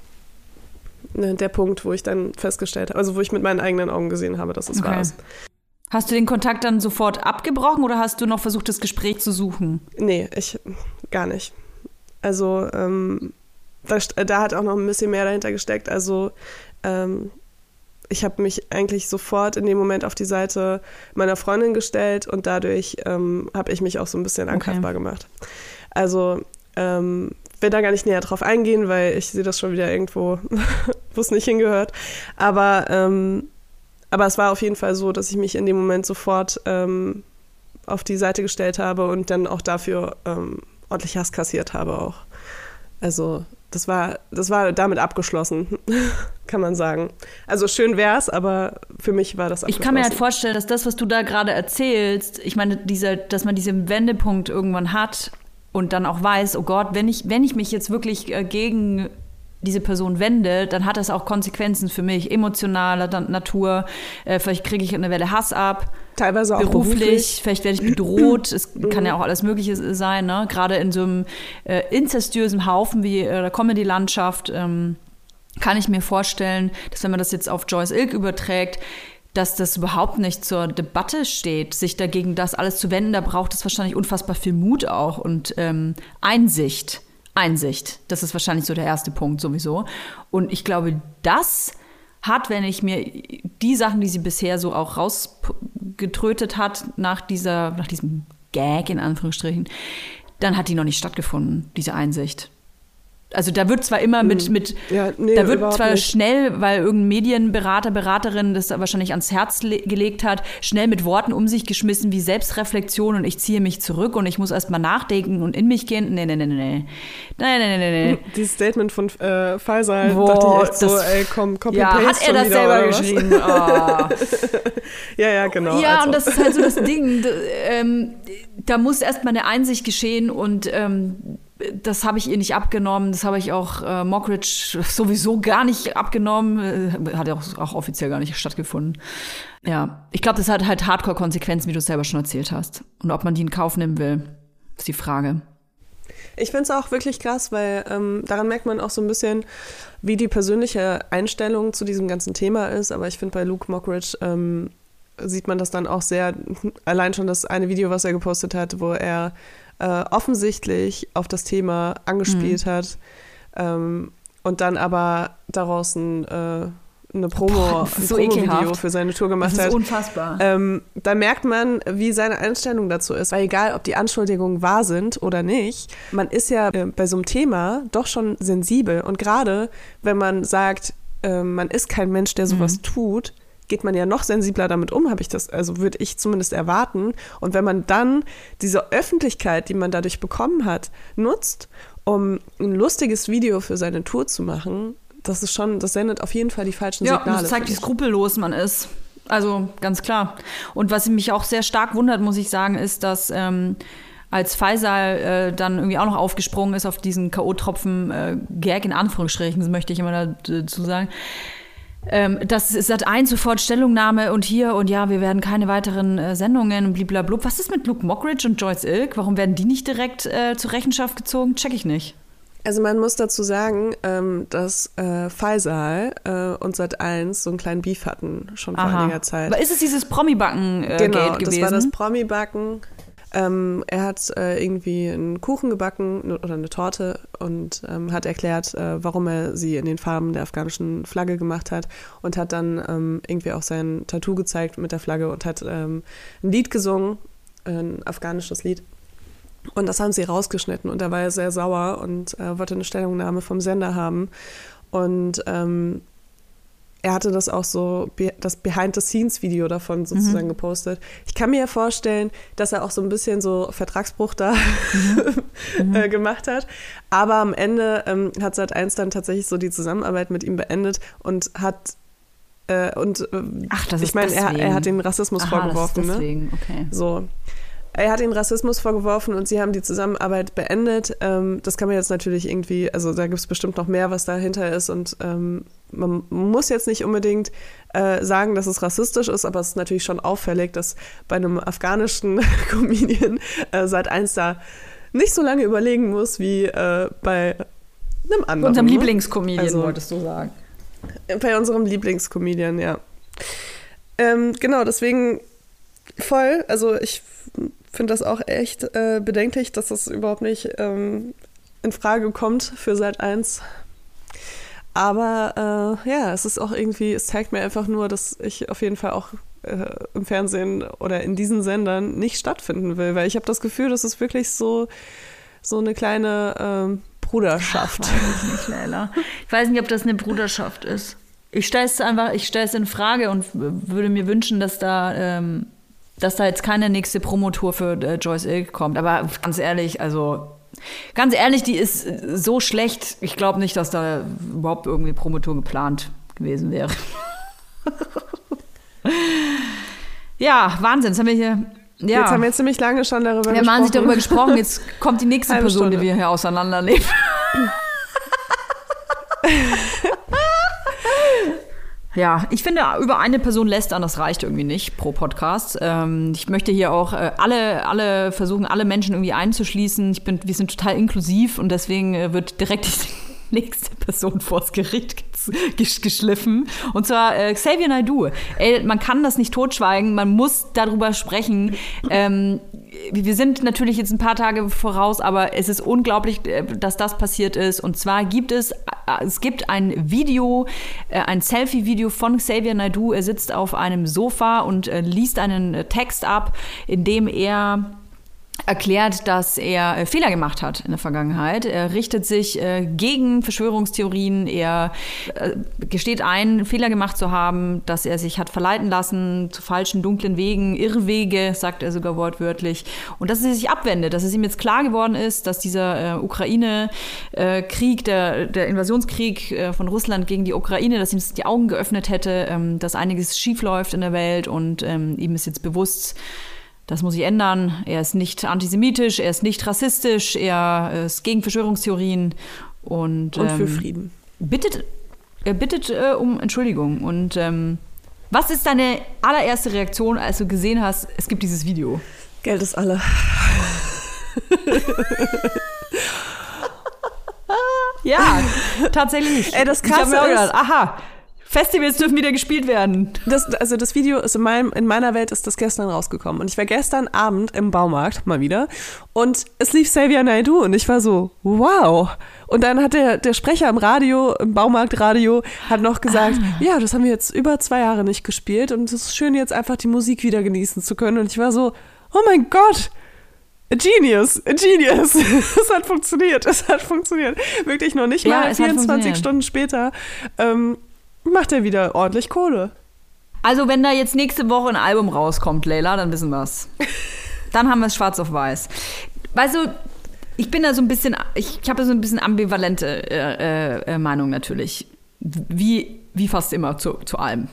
ne, der Punkt, wo ich dann festgestellt habe, also wo ich mit meinen eigenen Augen gesehen habe, dass es okay. wahr ist. Hast du den Kontakt dann sofort abgebrochen oder hast du noch versucht, das Gespräch zu suchen? Nee, ich gar nicht. Also ähm, Da, da hat auch noch ein bisschen mehr dahinter gesteckt. Also ähm, ich habe mich eigentlich sofort in dem Moment auf die Seite meiner Freundin gestellt und dadurch ähm, habe ich mich auch so ein bisschen angreifbar okay. gemacht. Also ähm, will da gar nicht näher drauf eingehen, weil ich sehe das schon wieder irgendwo, wo es nicht hingehört. Aber, ähm, aber es war auf jeden Fall so, dass ich mich in dem Moment sofort ähm, auf die Seite gestellt habe und dann auch dafür ähm, ordentlich Hass kassiert habe auch. Also Das war, das war damit abgeschlossen, kann man sagen. Also schön wär's, aber für mich war das abgeschlossen. Ich kann mir halt vorstellen, dass das, was du da gerade erzählst, ich meine, dieser, dass man diesen Wendepunkt irgendwann hat und dann auch weiß, oh Gott, wenn ich, wenn ich mich jetzt wirklich äh, gegen diese Person wende, dann hat das auch Konsequenzen für mich, emotionaler Natur. Äh, vielleicht kriege ich eine Welle Hass ab. Teilweise auch beruflich. beruflich. Vielleicht werde ich bedroht. Es kann ja auch alles Mögliche sein, ne? Gerade in so einem äh, inzestiösen Haufen wie äh, der Comedy-Landschaft ähm, kann ich mir vorstellen, dass wenn man das jetzt auf Joyce Ilk überträgt, dass das überhaupt nicht zur Debatte steht, sich dagegen das alles zu wenden. Da braucht es wahrscheinlich unfassbar viel Mut auch und ähm, Einsicht. Einsicht, das ist wahrscheinlich so der erste Punkt sowieso. Und ich glaube, das hat, wenn ich mir die Sachen, die sie bisher so auch raus, getrötet hat nach dieser, nach diesem Gag in Anführungsstrichen, dann hat die noch nicht stattgefunden, diese Einsicht. Also da wird zwar immer mit, mit ja, nee, da wird zwar nicht. schnell, weil irgendein Medienberater, Beraterin das wahrscheinlich ans Herz le- gelegt hat, schnell mit Worten um sich geschmissen wie Selbstreflexion und ich ziehe mich zurück und ich muss erst mal nachdenken und in mich gehen. Nee, nee, nee, nee, nee. Nee, nee, nee, nee. Dieses Statement von äh, Pfizer, Boah, dachte ich echt so, das, ey, komm, copy ja, paste hat er schon das wieder, selber oder was? geschrieben? Oh. Ja, ja, genau. Ja, also. und das ist halt so das Ding. Da, ähm, da muss erst mal eine Einsicht geschehen und ähm, das habe ich ihr nicht abgenommen. Das habe ich auch äh, Mockridge sowieso gar nicht abgenommen. Äh, hat ja auch, auch offiziell gar nicht stattgefunden. Ja, ich glaube, das hat halt Hardcore-Konsequenzen, wie du es selber schon erzählt hast. Und ob man die in Kauf nehmen will, ist die Frage. Ich finde es auch wirklich krass, weil ähm, daran merkt man auch so ein bisschen, wie die persönliche Einstellung zu diesem ganzen Thema ist. Aber ich finde, bei Luke Mockridge ähm, sieht man das dann auch sehr, allein schon das eine Video, was er gepostet hat, wo er äh, offensichtlich auf das Thema angespielt mhm. hat ähm, und dann aber daraus ein, äh, eine Promo, Boah, ein so Promo-Video für seine Tour gemacht hat. Das ist unfassbar. Ähm, da merkt man, wie seine Einstellung dazu ist. Weil egal, ob die Anschuldigungen wahr sind oder nicht, man ist ja äh, bei so einem Thema doch schon sensibel. Und gerade, wenn man sagt, äh, man ist kein Mensch, der sowas mhm. tut, geht man ja noch sensibler damit um, habe ich das, also würde ich zumindest erwarten. Und wenn man dann diese Öffentlichkeit, die man dadurch bekommen hat, nutzt, um ein lustiges Video für seine Tour zu machen, das ist schon, das sendet auf jeden Fall die falschen ja, Signale. Ja, das zeigt, wie skrupellos man ist. Also ganz klar. Und was mich auch sehr stark wundert, muss ich sagen, ist, dass ähm, als Faisal äh, dann irgendwie auch noch aufgesprungen ist auf diesen K O-Tropfen-Gag, äh, in Anführungsstrichen, das möchte ich immer dazu sagen, Ähm, das ist Sat eins sofort Stellungnahme und hier und ja, wir werden keine weiteren äh, Sendungen und blablabla. Was ist mit Luke Mockridge und Joyce Ilk? Warum werden die nicht direkt äh, zur Rechenschaft gezogen? Check ich nicht. Also man muss dazu sagen, ähm, dass äh, Faisal äh, und Sat eins so einen kleinen Beef hatten, schon vor Aha. einiger Zeit. Aber ist es dieses Promi-Backen-Gate genau, gewesen? Genau, das war das Promi-Backen. Ähm, er hat äh, irgendwie einen Kuchen gebacken oder eine Torte und ähm, hat erklärt, äh, warum er sie in den Farben der afghanischen Flagge gemacht hat und hat dann ähm, irgendwie auch sein Tattoo gezeigt mit der Flagge und hat ähm, ein Lied gesungen, ein afghanisches Lied. Und das haben sie rausgeschnitten und da war er sehr sauer und äh, wollte eine Stellungnahme vom Sender haben. Und ähm, er hatte das auch so, das Behind-the-Scenes-Video davon sozusagen mhm. gepostet. Ich kann mir ja vorstellen, dass er auch so ein bisschen so Vertragsbruch da mhm. äh, gemacht hat. Aber am Ende ähm, hat Sat eins dann tatsächlich so die Zusammenarbeit mit ihm beendet und hat äh, und äh, Ach, das ich ist meine, er, er hat den Rassismus Aha, vorgeworfen. Das ist deswegen, ne? okay. So. Er hat den Rassismus vorgeworfen und sie haben die Zusammenarbeit beendet. Ähm, das kann man jetzt natürlich irgendwie, also da gibt es bestimmt noch mehr, was dahinter ist und ähm, man muss jetzt nicht unbedingt äh, sagen, dass es rassistisch ist, aber es ist natürlich schon auffällig, dass bei einem afghanischen Comedian äh, Sat eins da nicht so lange überlegen muss wie äh, bei einem anderen. Unserem ne? Lieblingscomedian, also, wolltest du sagen. Bei unserem Lieblingscomedian, ja. Ähm, genau, deswegen voll, also ich finde das auch echt äh, bedenklich, dass das überhaupt nicht ähm, in Frage kommt für Sat eins. Aber äh, ja, es ist auch irgendwie, es zeigt mir einfach nur, dass ich auf jeden Fall auch äh, im Fernsehen oder in diesen Sendern nicht stattfinden will, weil ich habe das Gefühl, das ist wirklich so, so eine kleine ähm, Bruderschaft. Ach, weiß ich nicht, Leila. Ich weiß nicht, ob das eine Bruderschaft ist. Ich stelle es einfach, ich stelle es in Frage und würde mir wünschen, dass da ähm, dass da jetzt keine nächste Promotour für äh, Joyce Ilk kommt. Aber ganz ehrlich, also ganz ehrlich, die ist so schlecht. Ich glaube nicht, dass da überhaupt irgendwie Promotour geplant gewesen wäre. Ja, Wahnsinn. Jetzt haben wir hier. Ja. Jetzt haben wir ziemlich lange schon darüber wir gesprochen. Wir haben wahnsinnig darüber gesprochen. Jetzt kommt die nächste Halbe Person, Stunde. die wir hier auseinandernehmen. Ja, ich finde, über eine Person lästern, das reicht irgendwie nicht pro Podcast. Ähm, ich möchte hier auch äh, alle, alle versuchen, alle Menschen irgendwie einzuschließen. Ich bin, wir sind total inklusiv und deswegen äh, wird direkt die nächste Person vors Gericht gezogen. geschliffen. Und zwar äh, Xavier Naidoo. Ey, man kann das nicht totschweigen, man muss darüber sprechen. Ähm, wir sind natürlich jetzt ein paar Tage voraus, aber es ist unglaublich, dass das passiert ist. Und zwar gibt es, es gibt ein Video, ein Selfie-Video von Xavier Naidoo. Er sitzt auf einem Sofa und liest einen Text ab, in dem er erklärt, dass er äh, Fehler gemacht hat in der Vergangenheit. Er richtet sich äh, gegen Verschwörungstheorien. Er äh, gesteht ein, Fehler gemacht zu haben, dass er sich hat verleiten lassen zu falschen, dunklen Wegen, Irrwege, sagt er sogar wortwörtlich. Und dass er sich abwendet, dass es ihm jetzt klar geworden ist, dass dieser äh, Ukraine-Krieg, der, der Invasionskrieg äh, von Russland gegen die Ukraine, dass ihm das die Augen geöffnet hätte, ähm, dass einiges schief läuft in der Welt und ähm, ihm ist jetzt bewusst, das muss sich ändern. Er ist nicht antisemitisch, er ist nicht rassistisch, er ist gegen Verschwörungstheorien und, und für ähm, Frieden. Bittet, er bittet äh, um Entschuldigung. Und ähm, was ist deine allererste Reaktion, als du gesehen hast, es gibt dieses Video? Geld ist alle. Ja, tatsächlich. Ey, das Krasse ich hab mir auch gedacht, ist, aha, Festivals dürfen wieder gespielt werden. Das, also das Video ist in, meinem, in meiner Welt ist das gestern rausgekommen. Und ich war gestern Abend im Baumarkt, mal wieder. Und es lief Xavier Naidoo und ich war so, wow. Und dann hat der, der Sprecher im Radio, im Baumarktradio, hat noch gesagt, ah. ja, das haben wir jetzt über zwei Jahre nicht gespielt. Und es ist schön, jetzt einfach die Musik wieder genießen zu können. Und ich war so, oh mein Gott. A genius, a genius. Es hat funktioniert, es hat funktioniert. Wirklich noch nicht mal ja, vierundzwanzig Stunden später. Ähm, macht er wieder ordentlich Kohle. Also wenn da jetzt nächste Woche ein Album rauskommt, Leila, dann wissen wir's. Dann haben wir es schwarz auf weiß. Weißt du, ich bin da so ein bisschen, ich, ich habe da so ein bisschen ambivalente äh, äh, Meinung natürlich. Wie, wie fast immer zu, zu allem.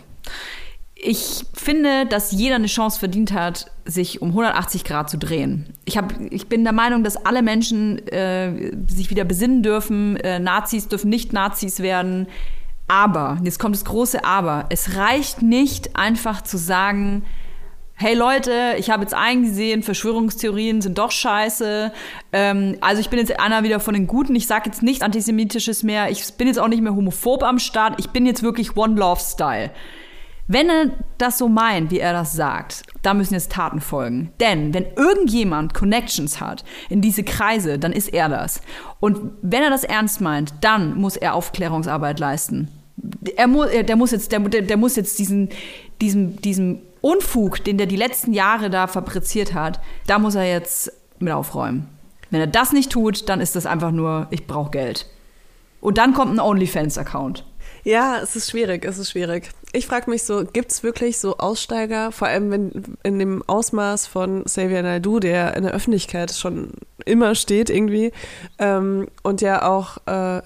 Ich finde, dass jeder eine Chance verdient hat, sich um hundertachtzig Grad zu drehen. Ich, hab, ich bin der Meinung, dass alle Menschen äh, sich wieder besinnen dürfen. Äh, Nazis dürfen nicht Nazis werden. Aber, jetzt kommt das große Aber, es reicht nicht einfach zu sagen, hey Leute, ich habe jetzt eingesehen, Verschwörungstheorien sind doch scheiße. Ähm, also ich bin jetzt einer wieder von den Guten, ich sage jetzt nicht Antisemitisches mehr, ich bin jetzt auch nicht mehr homophob am Start, ich bin jetzt wirklich One Love Style. Wenn er das so meint, wie er das sagt, da müssen jetzt Taten folgen. Denn wenn irgendjemand Connections hat in diese Kreise, dann ist er das. Und wenn er das ernst meint, dann muss er Aufklärungsarbeit leisten. Er muss, der muss jetzt, der, der muss jetzt diesen, diesen, diesen Unfug, den der die letzten Jahre da fabriziert hat, da muss er jetzt mit aufräumen. Wenn er das nicht tut, dann ist das einfach nur, ich brauche Geld. Und dann kommt ein OnlyFans-Account. Ja, es ist schwierig, es ist schwierig. Ich frage mich so, gibt es wirklich so Aussteiger, vor allem wenn in dem Ausmaß von Xavier Naidoo, der in der Öffentlichkeit schon immer steht irgendwie ähm, und ja auch, äh,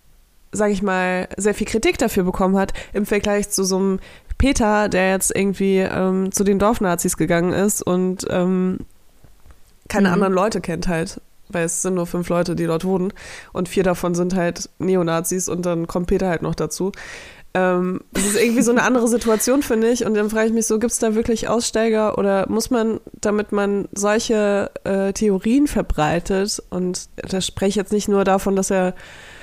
sag ich mal, sehr viel Kritik dafür bekommen hat, im Vergleich zu so einem Peter, der jetzt irgendwie ähm, zu den Dorfnazis gegangen ist und ähm, keine mhm. anderen Leute kennt halt. Weil es sind nur fünf Leute, die dort wohnen und vier davon sind halt Neonazis und dann kommt Peter halt noch dazu. Ähm, das ist irgendwie so eine andere Situation, finde ich. Und dann frage ich mich so, gibt es da wirklich Aussteiger oder muss man, damit man solche äh, Theorien verbreitet, und da spreche ich jetzt nicht nur davon, dass er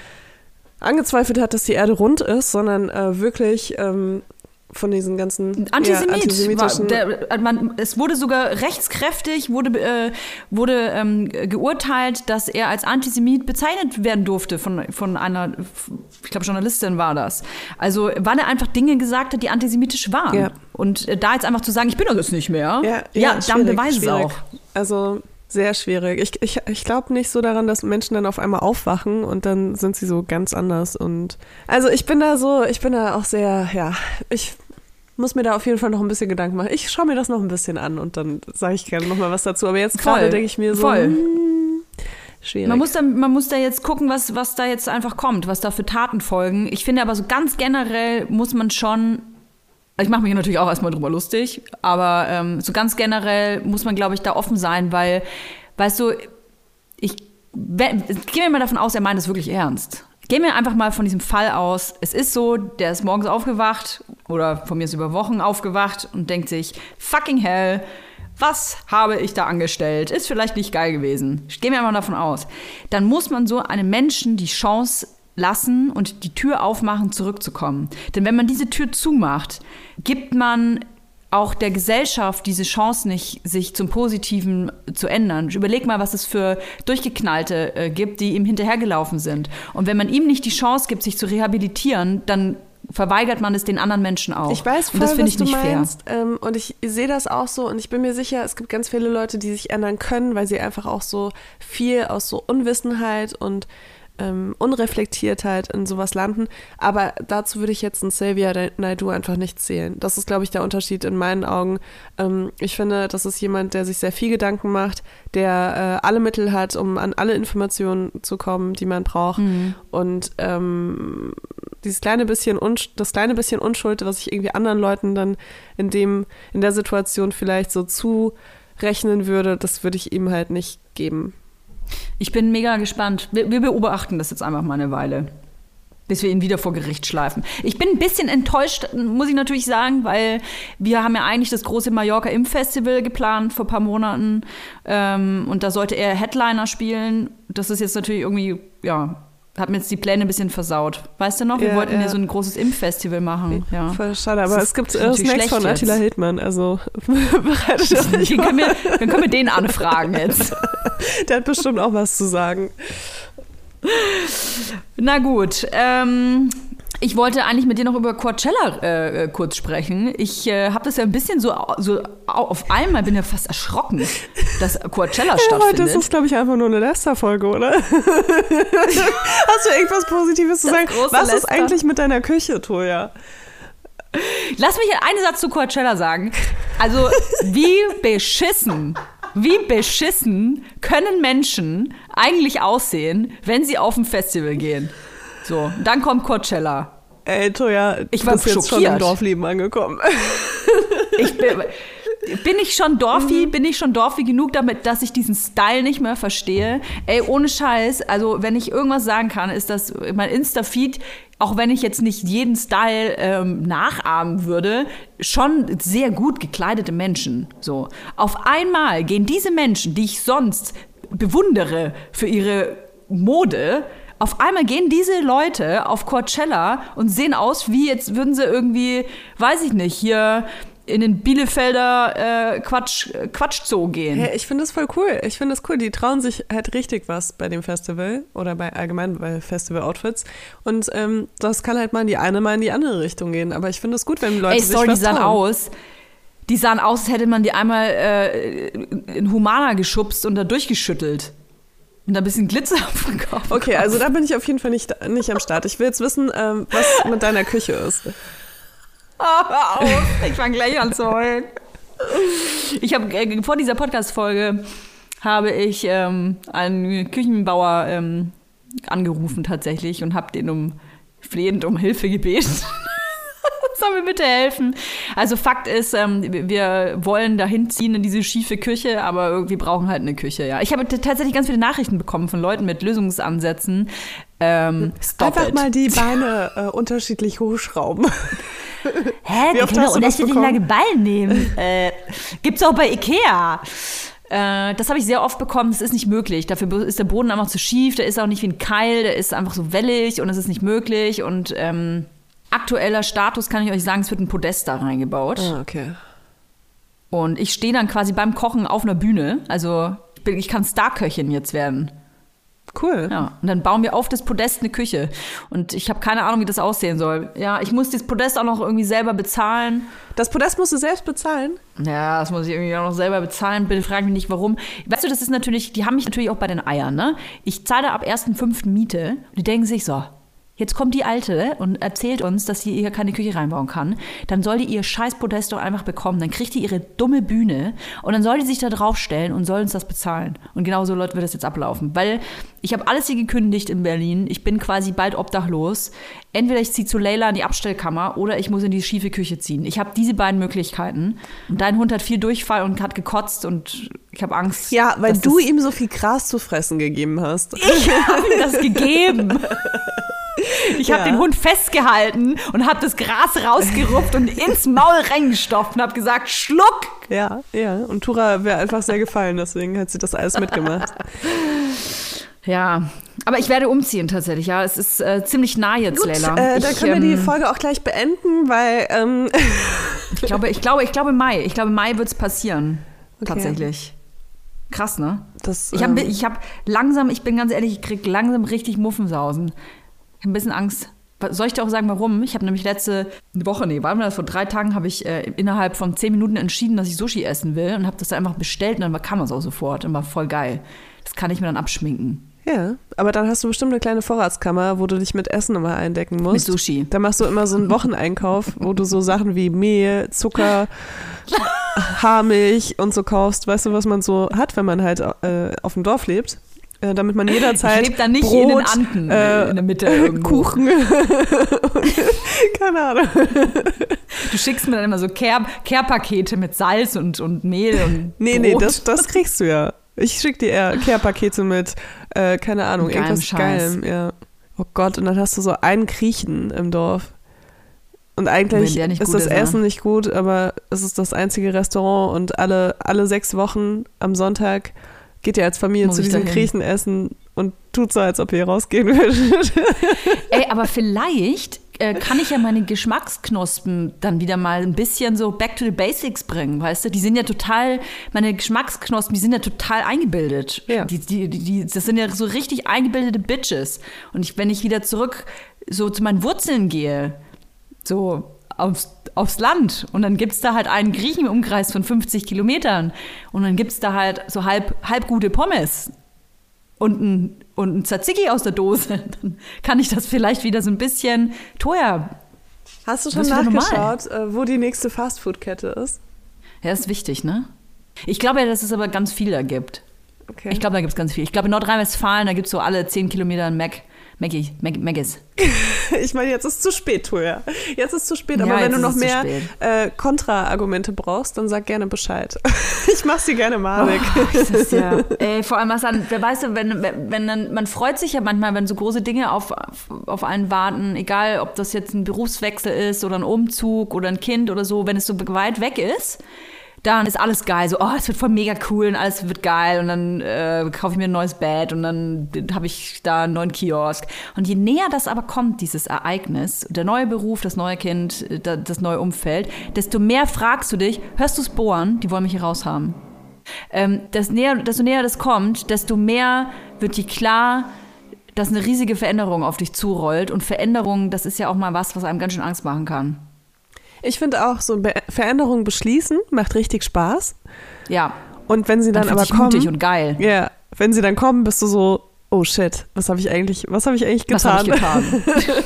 angezweifelt hat, dass die Erde rund ist, sondern äh, wirklich ähm, von diesen ganzen Antisemit. Ja, antisemitischen der, man, es wurde sogar rechtskräftig, wurde, äh, wurde ähm, geurteilt, dass er als Antisemit bezeichnet werden durfte von, von einer, ich glaube, Journalistin war das. Also, weil er einfach Dinge gesagt hat, die antisemitisch waren. Ja. Und äh, da jetzt einfach zu sagen, ich bin das jetzt nicht mehr, ja, ja, ja dann beweist es auch. Also sehr schwierig. Ich, ich, ich glaube nicht so daran, dass Menschen dann auf einmal aufwachen und dann sind sie so ganz anders. Und also ich bin da so, ich bin da auch sehr, ja, ich muss mir da auf jeden Fall noch ein bisschen Gedanken machen. Ich schaue mir das noch ein bisschen an und dann sage ich gerne noch mal was dazu. Aber jetzt gerade denke ich mir so, voll. Hm, schwierig. Man muss, da, man muss da jetzt gucken, was, was da jetzt einfach kommt, was da für Taten folgen. Ich finde aber so ganz generell muss man schon, ich mache mich natürlich auch erstmal drüber lustig, aber ähm, so ganz generell muss man, glaube ich, da offen sein, weil, weißt du, ich gehe mir mal davon aus, er meint es wirklich ernst. Gehen wir einfach mal von diesem Fall aus. Es ist so, der ist morgens aufgewacht oder von mir ist über Wochen aufgewacht und denkt sich, fucking hell, was habe ich da angestellt? Ist vielleicht nicht geil gewesen. Gehen wir einfach davon aus. Dann muss man so einem Menschen die Chance lassen und die Tür aufmachen, zurückzukommen. Denn wenn man diese Tür zumacht, gibt man auch der Gesellschaft diese Chance nicht, sich zum Positiven zu ändern. Überleg mal, was es für Durchgeknallte äh, gibt, die ihm hinterhergelaufen sind. Und wenn man ihm nicht die Chance gibt, sich zu rehabilitieren, dann verweigert man es den anderen Menschen auch. Ich weiß voll, und das finde was ich nicht du meinst. fair. Ähm, und ich sehe das auch so. Und ich bin mir sicher, es gibt ganz viele Leute, die sich ändern können, weil sie einfach auch so viel aus so Unwissenheit und ähm, Unreflektiertheit in sowas landen. Aber dazu würde ich jetzt einen Xavier Naidoo einfach nicht zählen. Das ist, glaube ich, der Unterschied in meinen Augen. Ähm, ich finde, das ist jemand, der sich sehr viel Gedanken macht, der äh, alle Mittel hat, um an alle Informationen zu kommen, die man braucht. Mhm. Und ähm, dieses kleine bisschen Unsch- das kleine bisschen Unschuld, was ich irgendwie anderen Leuten dann in dem, in der Situation vielleicht so zurechnen würde, das würde ich ihm halt nicht geben. Ich bin mega gespannt. Wir, wir beobachten das jetzt einfach mal eine Weile, bis wir ihn wieder vor Gericht schleifen. Ich bin ein bisschen enttäuscht, muss ich natürlich sagen, weil wir haben ja eigentlich das große Mallorca-Impf-Festival geplant vor ein paar Monaten. Ähm, und da sollte er Headliner spielen. Das ist jetzt natürlich irgendwie, ja, hat mir jetzt die Pläne ein bisschen versaut. Weißt du noch, wir ja, wollten ja. ja so ein großes Impf-Festival machen. Ja. Voll schade, aber es gibt äh, Snacks von Attila jetzt. Hildmann, also bereitet das nicht vor. Können wir, dann können wir den anfragen jetzt. Der hat bestimmt auch was zu sagen. Na gut, ähm, ich wollte eigentlich mit dir noch über Coachella äh, kurz sprechen. Ich äh, habe das ja ein bisschen so, so auf einmal, bin ja fast erschrocken, dass Coachella ja, stattfindet. Das ist, glaube ich, einfach nur eine Lester-Folge, oder? Hast du irgendwas Positives zu sagen? Was Lester. Ist eigentlich mit deiner Küche, Toja? Lass mich einen Satz zu Coachella sagen. Also, wie beschissen, wie beschissen können Menschen eigentlich aussehen, wenn sie auf ein Festival gehen? So, dann kommt Coachella. Ey, Toja, ich war bist jetzt schon im Dorfleben angekommen. Ich bin, bin ich schon Dorfi, bin ich schon Dorfi genug, damit, dass ich diesen Style nicht mehr verstehe? Ey, ohne Scheiß, also wenn ich irgendwas sagen kann, ist das mein Insta-Feed, auch wenn ich jetzt nicht jeden Style ähm, nachahmen würde, schon sehr gut gekleidete Menschen. So, auf einmal gehen diese Menschen, die ich sonst bewundere für ihre Mode, auf einmal gehen diese Leute auf Coachella und sehen aus, wie jetzt würden sie irgendwie, weiß ich nicht, hier in den Bielefelder äh, Quatsch, Quatschzoo gehen. Hey, ich finde das voll cool. Ich finde das cool. Die trauen sich halt richtig was bei dem Festival oder bei allgemein bei Festival-Outfits. Und ähm, das kann halt mal in die eine, mal in die andere Richtung gehen. Aber ich finde es gut, wenn Leute Ey, sich sorry, was die sahen trauen. aus. Die sahen aus, als hätte man die einmal äh, in Humana geschubst und da durchgeschüttelt. Und ein bisschen Glitzer auf dem Kopf. Okay, also da bin ich auf jeden Fall nicht, nicht am Start. Ich will jetzt wissen, ähm, was mit deiner Küche ist. Oh, hör auf. Ich fange gleich an zu heulen. Ich habe äh, vor dieser Podcast-Folge habe ich ähm, einen Küchenbauer ähm, angerufen tatsächlich und habe den um flehend um Hilfe gebeten. Soll mir bitte helfen? Also Fakt ist, ähm, wir wollen dahin ziehen in diese schiefe Küche, aber wir brauchen halt eine Küche, ja. Ich habe t- tatsächlich ganz viele Nachrichten bekommen von Leuten mit Lösungsansätzen. Ähm, Einfach it. mal die Beine äh, unterschiedlich hochschrauben. Hä? Wir können doch unterschiedlich lange Beine nehmen. äh, gibt's auch bei Ikea. Äh, das habe ich sehr oft bekommen, das ist nicht möglich. Dafür ist der Boden einfach zu schief, der ist auch nicht wie ein Keil, der ist einfach so wellig und es ist nicht möglich und ähm, aktueller Status kann ich euch sagen, es wird ein Podest da reingebaut. Ah, okay. Und ich stehe dann quasi beim Kochen auf einer Bühne. Also ich, bin, ich kann Starköchin jetzt werden. Cool. Ja, und dann bauen wir auf das Podest eine Küche. Und ich habe keine Ahnung, wie das aussehen soll. Ja, ich muss das Podest auch noch irgendwie selber bezahlen. Das Podest musst du selbst bezahlen? Ja, das muss ich irgendwie auch noch selber bezahlen. Bitte frag mich nicht, warum. Weißt du, das ist natürlich, die haben mich natürlich auch bei den Eiern, ne? Ich zahle ab ersten fünften Miete. Und die denken sich so, jetzt kommt die Alte und erzählt uns, dass sie hier keine Küche reinbauen kann. Dann soll die ihr scheiß Podest doch einfach bekommen. Dann kriegt die ihre dumme Bühne und dann soll die sich da draufstellen und soll uns das bezahlen. Und genauso Leute wird das jetzt ablaufen. Weil ich habe alles hier gekündigt in Berlin. Ich bin quasi bald obdachlos. Entweder ich ziehe zu Leila in die Abstellkammer oder ich muss in die schiefe Küche ziehen. Ich habe diese beiden Möglichkeiten. Und dein Hund hat viel Durchfall und hat gekotzt und ich habe Angst. Ja, weil du ihm so viel Gras zu fressen gegeben hast. Ich habe ihm das gegeben. Ich habe ja. den Hund festgehalten und habe das Gras rausgerupft und ins Maul reingestopft und habe gesagt, Schluck! Ja, ja. Und Tura wäre einfach sehr gefallen, deswegen hat sie das alles mitgemacht. Ja, aber ich werde umziehen tatsächlich, ja. Es ist äh, ziemlich nah jetzt, Gut, Leila. Äh, ich, dann können wir ähm, die Folge auch gleich beenden, weil ähm ich glaube, ich glaube, ich glaube Mai. Ich glaube, Mai wird es passieren. Okay. Tatsächlich. Krass, ne? Das, ich habe ähm, ich hab langsam, ich bin ganz ehrlich, ich krieg langsam richtig Muffensausen. Ich habe ein bisschen Angst. Soll ich dir auch sagen, warum? Ich habe nämlich letzte Woche, nee, war mir das vor drei Tagen, habe ich äh, innerhalb von zehn Minuten entschieden, dass ich Sushi essen will und habe das dann einfach bestellt und dann kam das auch sofort und war voll geil. Das kann ich mir dann abschminken. Ja, aber dann hast du bestimmt eine kleine Vorratskammer, wo du dich mit Essen immer eindecken musst. Mit Sushi. Da machst du immer so einen Wocheneinkauf, wo du so Sachen wie Mehl, Zucker, Haarmilch und so kaufst. Weißt du, was man so hat, wenn man halt äh, auf dem Dorf lebt? Äh, damit man jederzeit ich lebe da nicht Brot, in den Anden, äh, in der Mitte irgendwo. Kuchen, keine Ahnung. Du schickst mir dann immer so Care-Pakete mit Salz und, und Mehl und Nee, Brot. nee, das, das kriegst du ja. Ich schicke dir eher Care-Pakete mit, äh, keine Ahnung, Geilem irgendwas Scheiß. Geilem. Ja. Oh Gott, und dann hast du so einen Griechen im Dorf. Und eigentlich der nicht ist gut das ist, Essen ne? nicht gut, aber es ist das einzige Restaurant und alle, alle sechs Wochen am Sonntag geht ihr als Familie Muss zu ich diesem dahin. Griechen essen und tut so, als ob ihr rausgehen würdet. Ey, aber vielleicht äh, kann ich ja meine Geschmacksknospen dann wieder mal ein bisschen so back to the basics bringen, weißt du? Die sind ja total, meine Geschmacksknospen, die sind ja total eingebildet. Ja. Die, die, die, die, das sind ja so richtig eingebildete Bitches. Und ich, wenn ich wieder zurück so zu meinen Wurzeln gehe, so aufs, aufs Land und dann gibt es da halt einen Griechen im Umkreis von fünfzig Kilometern und dann gibt es da halt so halb, halb gute Pommes und ein, und ein Tzatziki aus der Dose, dann kann ich das vielleicht wieder so ein bisschen teuer. Hast du schon Das ist wieder nachgeschaut, äh, wo die nächste Fastfood-Kette ist? Ja, ist wichtig, ne? Ich glaube ja, dass es aber ganz viel da gibt. Okay. Ich glaube, da gibt es ganz viel. Ich glaube, in Nordrhein-Westfalen, da gibt es so alle zehn Kilometer ein Mac. Mackie, Mac, Maggis. Ich meine, jetzt ist zu spät, Toja. Jetzt ist zu spät, aber Ja, wenn jetzt du noch ist es zu mehr spät. äh, Kontra-Argumente brauchst, dann sag gerne Bescheid. Ich mach's dir gerne mal weg. Oh, ist das ja. Ey, vor allem was an, wer weißt du, wenn, wenn dann, man freut sich ja manchmal, wenn so große Dinge auf, auf einen warten, egal ob das jetzt ein Berufswechsel ist oder ein Umzug oder ein Kind oder so, wenn es so weit weg ist, dann ist alles geil. So, oh, es wird voll mega cool und alles wird geil und dann äh, kaufe ich mir ein neues Bett und dann habe ich da einen neuen Kiosk. Und je näher das aber kommt, dieses Ereignis, der neue Beruf, das neue Kind, das neue Umfeld, desto mehr fragst du dich, hörst du es bohren? Die wollen mich hier raushaben. Ähm, das näher, desto näher das kommt, desto mehr wird dir klar, dass eine riesige Veränderung auf dich zurollt. Und Veränderung, das ist ja auch mal was, was einem ganz schön Angst machen kann. Ich finde auch, so Be- Veränderungen beschließen macht richtig Spaß. Ja. Und wenn sie dann, Dann aber fühlt sich kommen, mutig und geil. ja, wenn sie dann kommen, bist du so, oh shit, was habe ich eigentlich, was habe ich eigentlich Was getan? habe ich getan?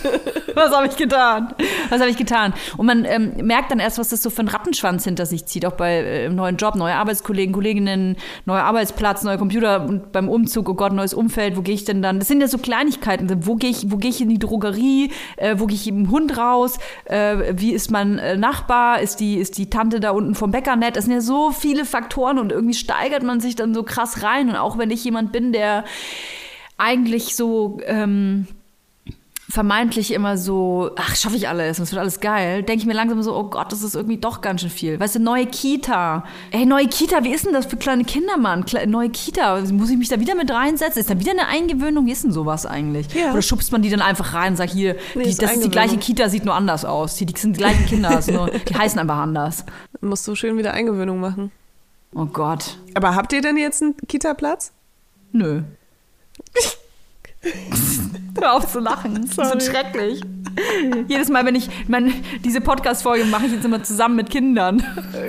Was habe ich getan? Was habe ich getan? Und man ähm, merkt dann erst, was das so für einen Rattenschwanz hinter sich zieht, auch bei äh, im neuen Job, neue Arbeitskollegen, Kolleginnen, neuer Arbeitsplatz, neuer Computer und beim Umzug, oh Gott, neues Umfeld, wo gehe ich denn dann? Das sind ja so Kleinigkeiten, wo gehe ich, wo gehe ich in die Drogerie, äh, wo gehe ich mit dem Hund raus, äh, wie ist mein äh, Nachbar, ist die, ist die Tante da unten vom Bäcker nett? Das sind ja so viele Faktoren und irgendwie steigert man sich dann so krass rein und auch wenn ich jemand bin, der eigentlich so ähm, vermeintlich immer so, ach, schaffe ich alles, es wird alles geil, denke ich mir langsam so, oh Gott, das ist irgendwie doch ganz schön viel. Weißt du, neue Kita. Ey, neue Kita, wie ist denn das für kleine Kinder, Mann? Kle- neue Kita, muss ich mich da wieder mit reinsetzen? Ist da wieder eine Eingewöhnung? Wie ist denn sowas eigentlich? Ja. Oder schubst man die dann einfach rein und sagt, hier, Nee, die, ist das ist die gleiche Eingewöhnung. Kita, sieht nur anders aus. Die, die sind die gleichen Kinder, ist nur, die heißen einfach anders. Musst du schön wieder Eingewöhnung machen. Oh Gott. Aber habt ihr denn jetzt einen Kita-Platz? Nö. Hör auf zu lachen. Das Sorry. ist so schrecklich. Jedes Mal, wenn ich meine, diese Podcast-Folge mache ich jetzt immer zusammen mit Kindern.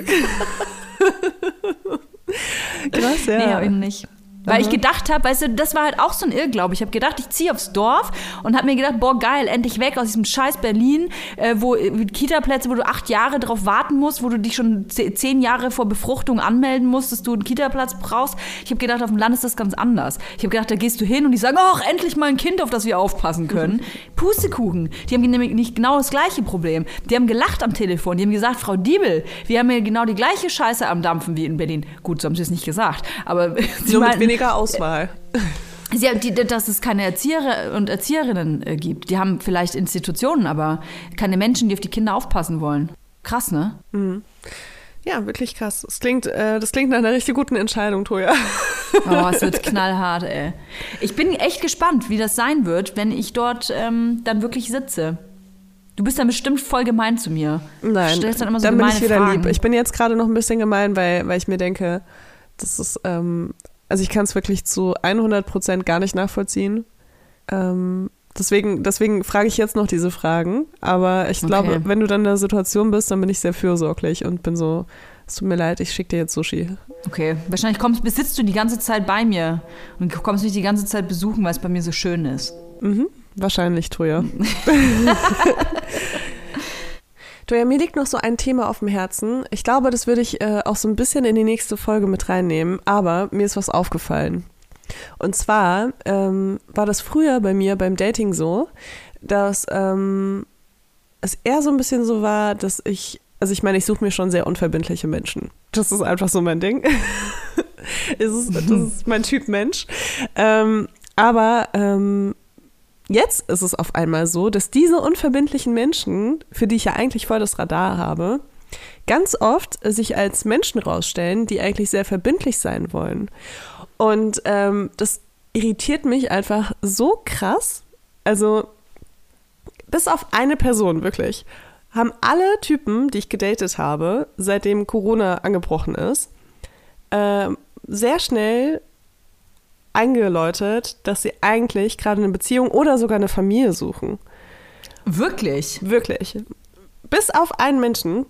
Krass, ja. Nee, eben nicht. Weil ich gedacht habe, weißt du, das war halt auch so ein Irrglaube. Ich habe gedacht, ich ziehe aufs Dorf und habe mir gedacht, boah, geil, endlich weg aus diesem scheiß Berlin, äh, wo äh, Kita-Plätze, wo du acht Jahre drauf warten musst, wo du dich schon z- zehn Jahre vor Befruchtung anmelden musst, dass du einen Kita-Platz brauchst. Ich habe gedacht, auf dem Land ist das ganz anders. Ich habe gedacht, da gehst du hin und die sagen, ach, endlich mal ein Kind, auf das wir aufpassen können. Pustekuchen. Die haben nämlich nicht genau das gleiche Problem. Die haben gelacht am Telefon. Die haben gesagt, Frau Diebel, wir haben hier genau die gleiche Scheiße am Dampfen wie in Berlin. Gut, so haben sie es nicht gesagt, aber sie Nur mit meinten, weniger Auswahl. Sie, die, dass es keine Erzieher und Erzieherinnen äh, gibt. Die haben vielleicht Institutionen, aber keine Menschen, die auf die Kinder aufpassen wollen. Krass, ne? Ja, wirklich krass. Das klingt, äh, das klingt nach einer richtig guten Entscheidung, Toja. Oh, es wird knallhart, ey. Ich bin echt gespannt, wie das sein wird, wenn ich dort ähm, dann wirklich sitze. Du bist dann bestimmt voll gemein zu mir. Nein, du dann, immer so dann bin ich wieder Fragen. lieb. Ich bin jetzt gerade noch ein bisschen gemein, weil, weil ich mir denke, das ist, ähm, also ich kann es wirklich zu hundert Prozent gar nicht nachvollziehen. Ähm, deswegen, deswegen frage ich jetzt noch diese Fragen. Aber ich glaube, okay. wenn du dann in der Situation bist, dann bin ich sehr fürsorglich und bin so, es tut mir leid, ich schicke dir jetzt Sushi. Okay, wahrscheinlich kommst, besitzt du die ganze Zeit bei mir und kommst mich die ganze Zeit besuchen, weil es bei mir so schön ist. Mhm, wahrscheinlich, Toja. Toja, mir liegt noch so ein Thema auf dem Herzen. Ich glaube, das würde ich äh, auch so ein bisschen in die nächste Folge mit reinnehmen, aber mir ist was aufgefallen. Und zwar ähm, war das früher bei mir beim Dating so, dass ähm, es eher so ein bisschen so war, dass ich, also ich meine, ich suche mir schon sehr unverbindliche Menschen. Das ist einfach so mein Ding. das, ist, das ist mein Typ Mensch. Ähm, aber ähm, jetzt ist es auf einmal so, dass diese unverbindlichen Menschen, für die ich ja eigentlich voll das Radar habe, ganz oft sich als Menschen rausstellen, die eigentlich sehr verbindlich sein wollen. Und ähm, das irritiert mich einfach so krass. Also bis auf eine Person wirklich, haben alle Typen, die ich gedatet habe, seitdem Corona angebrochen ist, äh, sehr schnell eingeläutet, dass sie eigentlich gerade eine Beziehung oder sogar eine Familie suchen. Wirklich? Wirklich. Bis auf einen Menschen.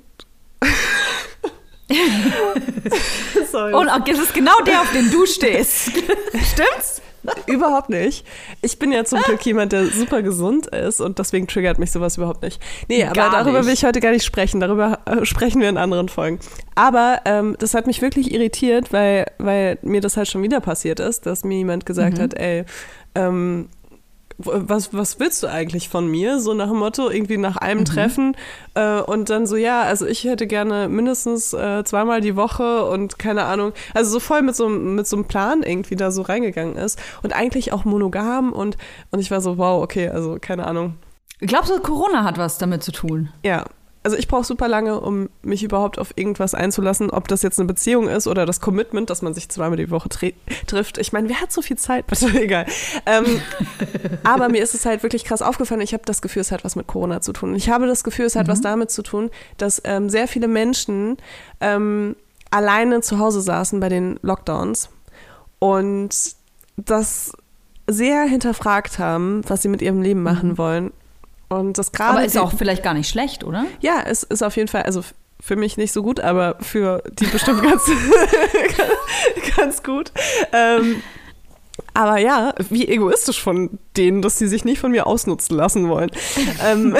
Sorry. Und das ist genau der, auf dem du stehst. Stimmt's? Überhaupt nicht. Ich bin ja zum Glück jemand, der super gesund ist und deswegen triggert mich sowas überhaupt nicht. Nee, aber gar darüber nicht. will ich heute gar nicht sprechen. Darüber äh, sprechen wir in anderen Folgen. Aber ähm, das hat mich wirklich irritiert, weil, weil mir das halt schon wieder passiert ist, dass mir jemand gesagt mhm. hat, ey, ähm, was, was willst du eigentlich von mir? So nach dem Motto, irgendwie nach einem mhm. Treffen äh, und dann so, ja, also ich hätte gerne mindestens äh, zweimal die Woche und keine Ahnung, also so voll mit so, mit so einem Plan irgendwie da so reingegangen ist und eigentlich auch monogam und, und ich war so, wow, okay, also keine Ahnung. Glaubst du, Corona hat was damit zu tun? Ja. Also ich brauche super lange, um mich überhaupt auf irgendwas einzulassen, ob das jetzt eine Beziehung ist oder das Commitment, dass man sich zweimal die Woche tre- trifft. Ich meine, wer hat so viel Zeit? Bitte, egal. Ähm, aber mir ist es halt wirklich krass aufgefallen, ich habe das Gefühl, es hat was mit Corona zu tun. Ich habe das Gefühl, es hat mhm. was damit zu tun, dass ähm, sehr viele Menschen ähm, alleine zu Hause saßen bei den Lockdowns und das sehr hinterfragt haben, was sie mit ihrem Leben machen mhm. wollen. Und das gerade aber ist auch vielleicht gar nicht schlecht, oder? Ja, es ist auf jeden Fall, also für mich nicht so gut, aber für die bestimmt ganz, ganz gut. Ähm, aber ja, wie egoistisch von denen, dass sie sich nicht von mir ausnutzen lassen wollen. ähm,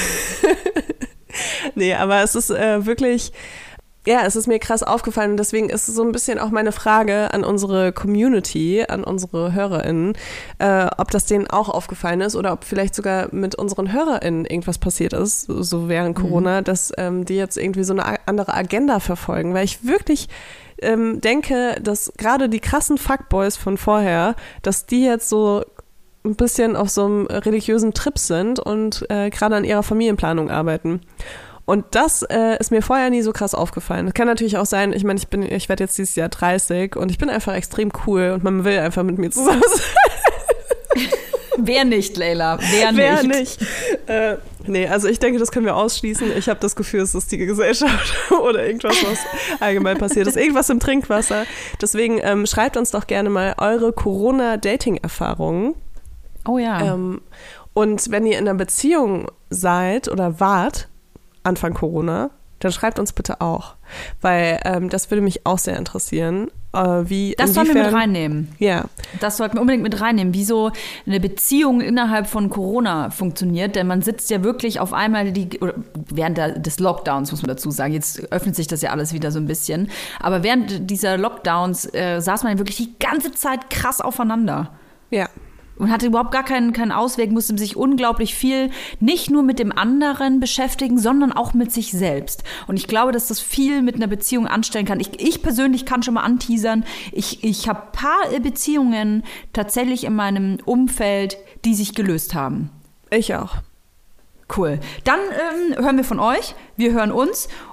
nee, aber es ist äh, wirklich... Ja, es ist mir krass aufgefallen und deswegen ist es so ein bisschen auch meine Frage an unsere Community, an unsere HörerInnen, äh, ob das denen auch aufgefallen ist oder ob vielleicht sogar mit unseren HörerInnen irgendwas passiert ist, so während Corona, mhm. dass ähm, die jetzt irgendwie so eine andere Agenda verfolgen, weil ich wirklich ähm, denke, dass gerade die krassen Fuckboys von vorher, dass die jetzt so ein bisschen auf so einem religiösen Trip sind und äh, gerade an ihrer Familienplanung arbeiten. Und das äh, ist mir vorher nie so krass aufgefallen. Das kann natürlich auch sein, ich meine, ich bin, ich werde jetzt dieses Jahr dreißig und ich bin einfach extrem cool und man will einfach mit mir zusammen sein. Wer nicht, Leila? Wer nicht? Wer nicht? Äh, nee, also ich denke, das können wir ausschließen. Ich habe das Gefühl, es ist die Gesellschaft oder irgendwas, was allgemein passiert ist. Irgendwas im Trinkwasser. Deswegen ähm, schreibt uns doch gerne mal eure Corona-Dating-Erfahrungen. Oh ja. Ähm, und wenn ihr in einer Beziehung seid oder wart, Anfang Corona, dann schreibt uns bitte auch, weil ähm, das würde mich auch sehr interessieren, äh, wie das sollen wir mit reinnehmen. Ja. Das sollten wir unbedingt mit reinnehmen, wie so eine Beziehung innerhalb von Corona funktioniert, denn man sitzt ja wirklich auf einmal die, oder während der, des Lockdowns, muss man dazu sagen, jetzt öffnet sich das ja alles wieder so ein bisschen, aber während dieser Lockdowns äh, saß man ja wirklich die ganze Zeit krass aufeinander. Ja. Und hatte überhaupt gar keinen, keinen Ausweg, musste sich unglaublich viel nicht nur mit dem anderen beschäftigen, sondern auch mit sich selbst. Und ich glaube, dass das viel mit einer Beziehung anstellen kann. Ich, ich persönlich kann schon mal anteasern, ich, ich habe ein paar Beziehungen tatsächlich in meinem Umfeld, die sich gelöst haben. Ich auch. Cool. Dann ähm, hören wir von euch, wir hören uns.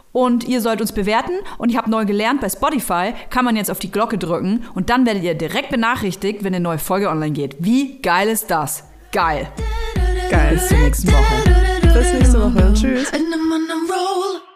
Und ihr sollt uns bewerten. Und ich habe neu gelernt, bei Spotify kann man jetzt auf die Glocke drücken. Und dann werdet ihr direkt benachrichtigt, wenn eine neue Folge online geht. Wie geil ist das? Geil. Geil. Bis zur nächsten Woche. Bis nächste Woche. Tschüss.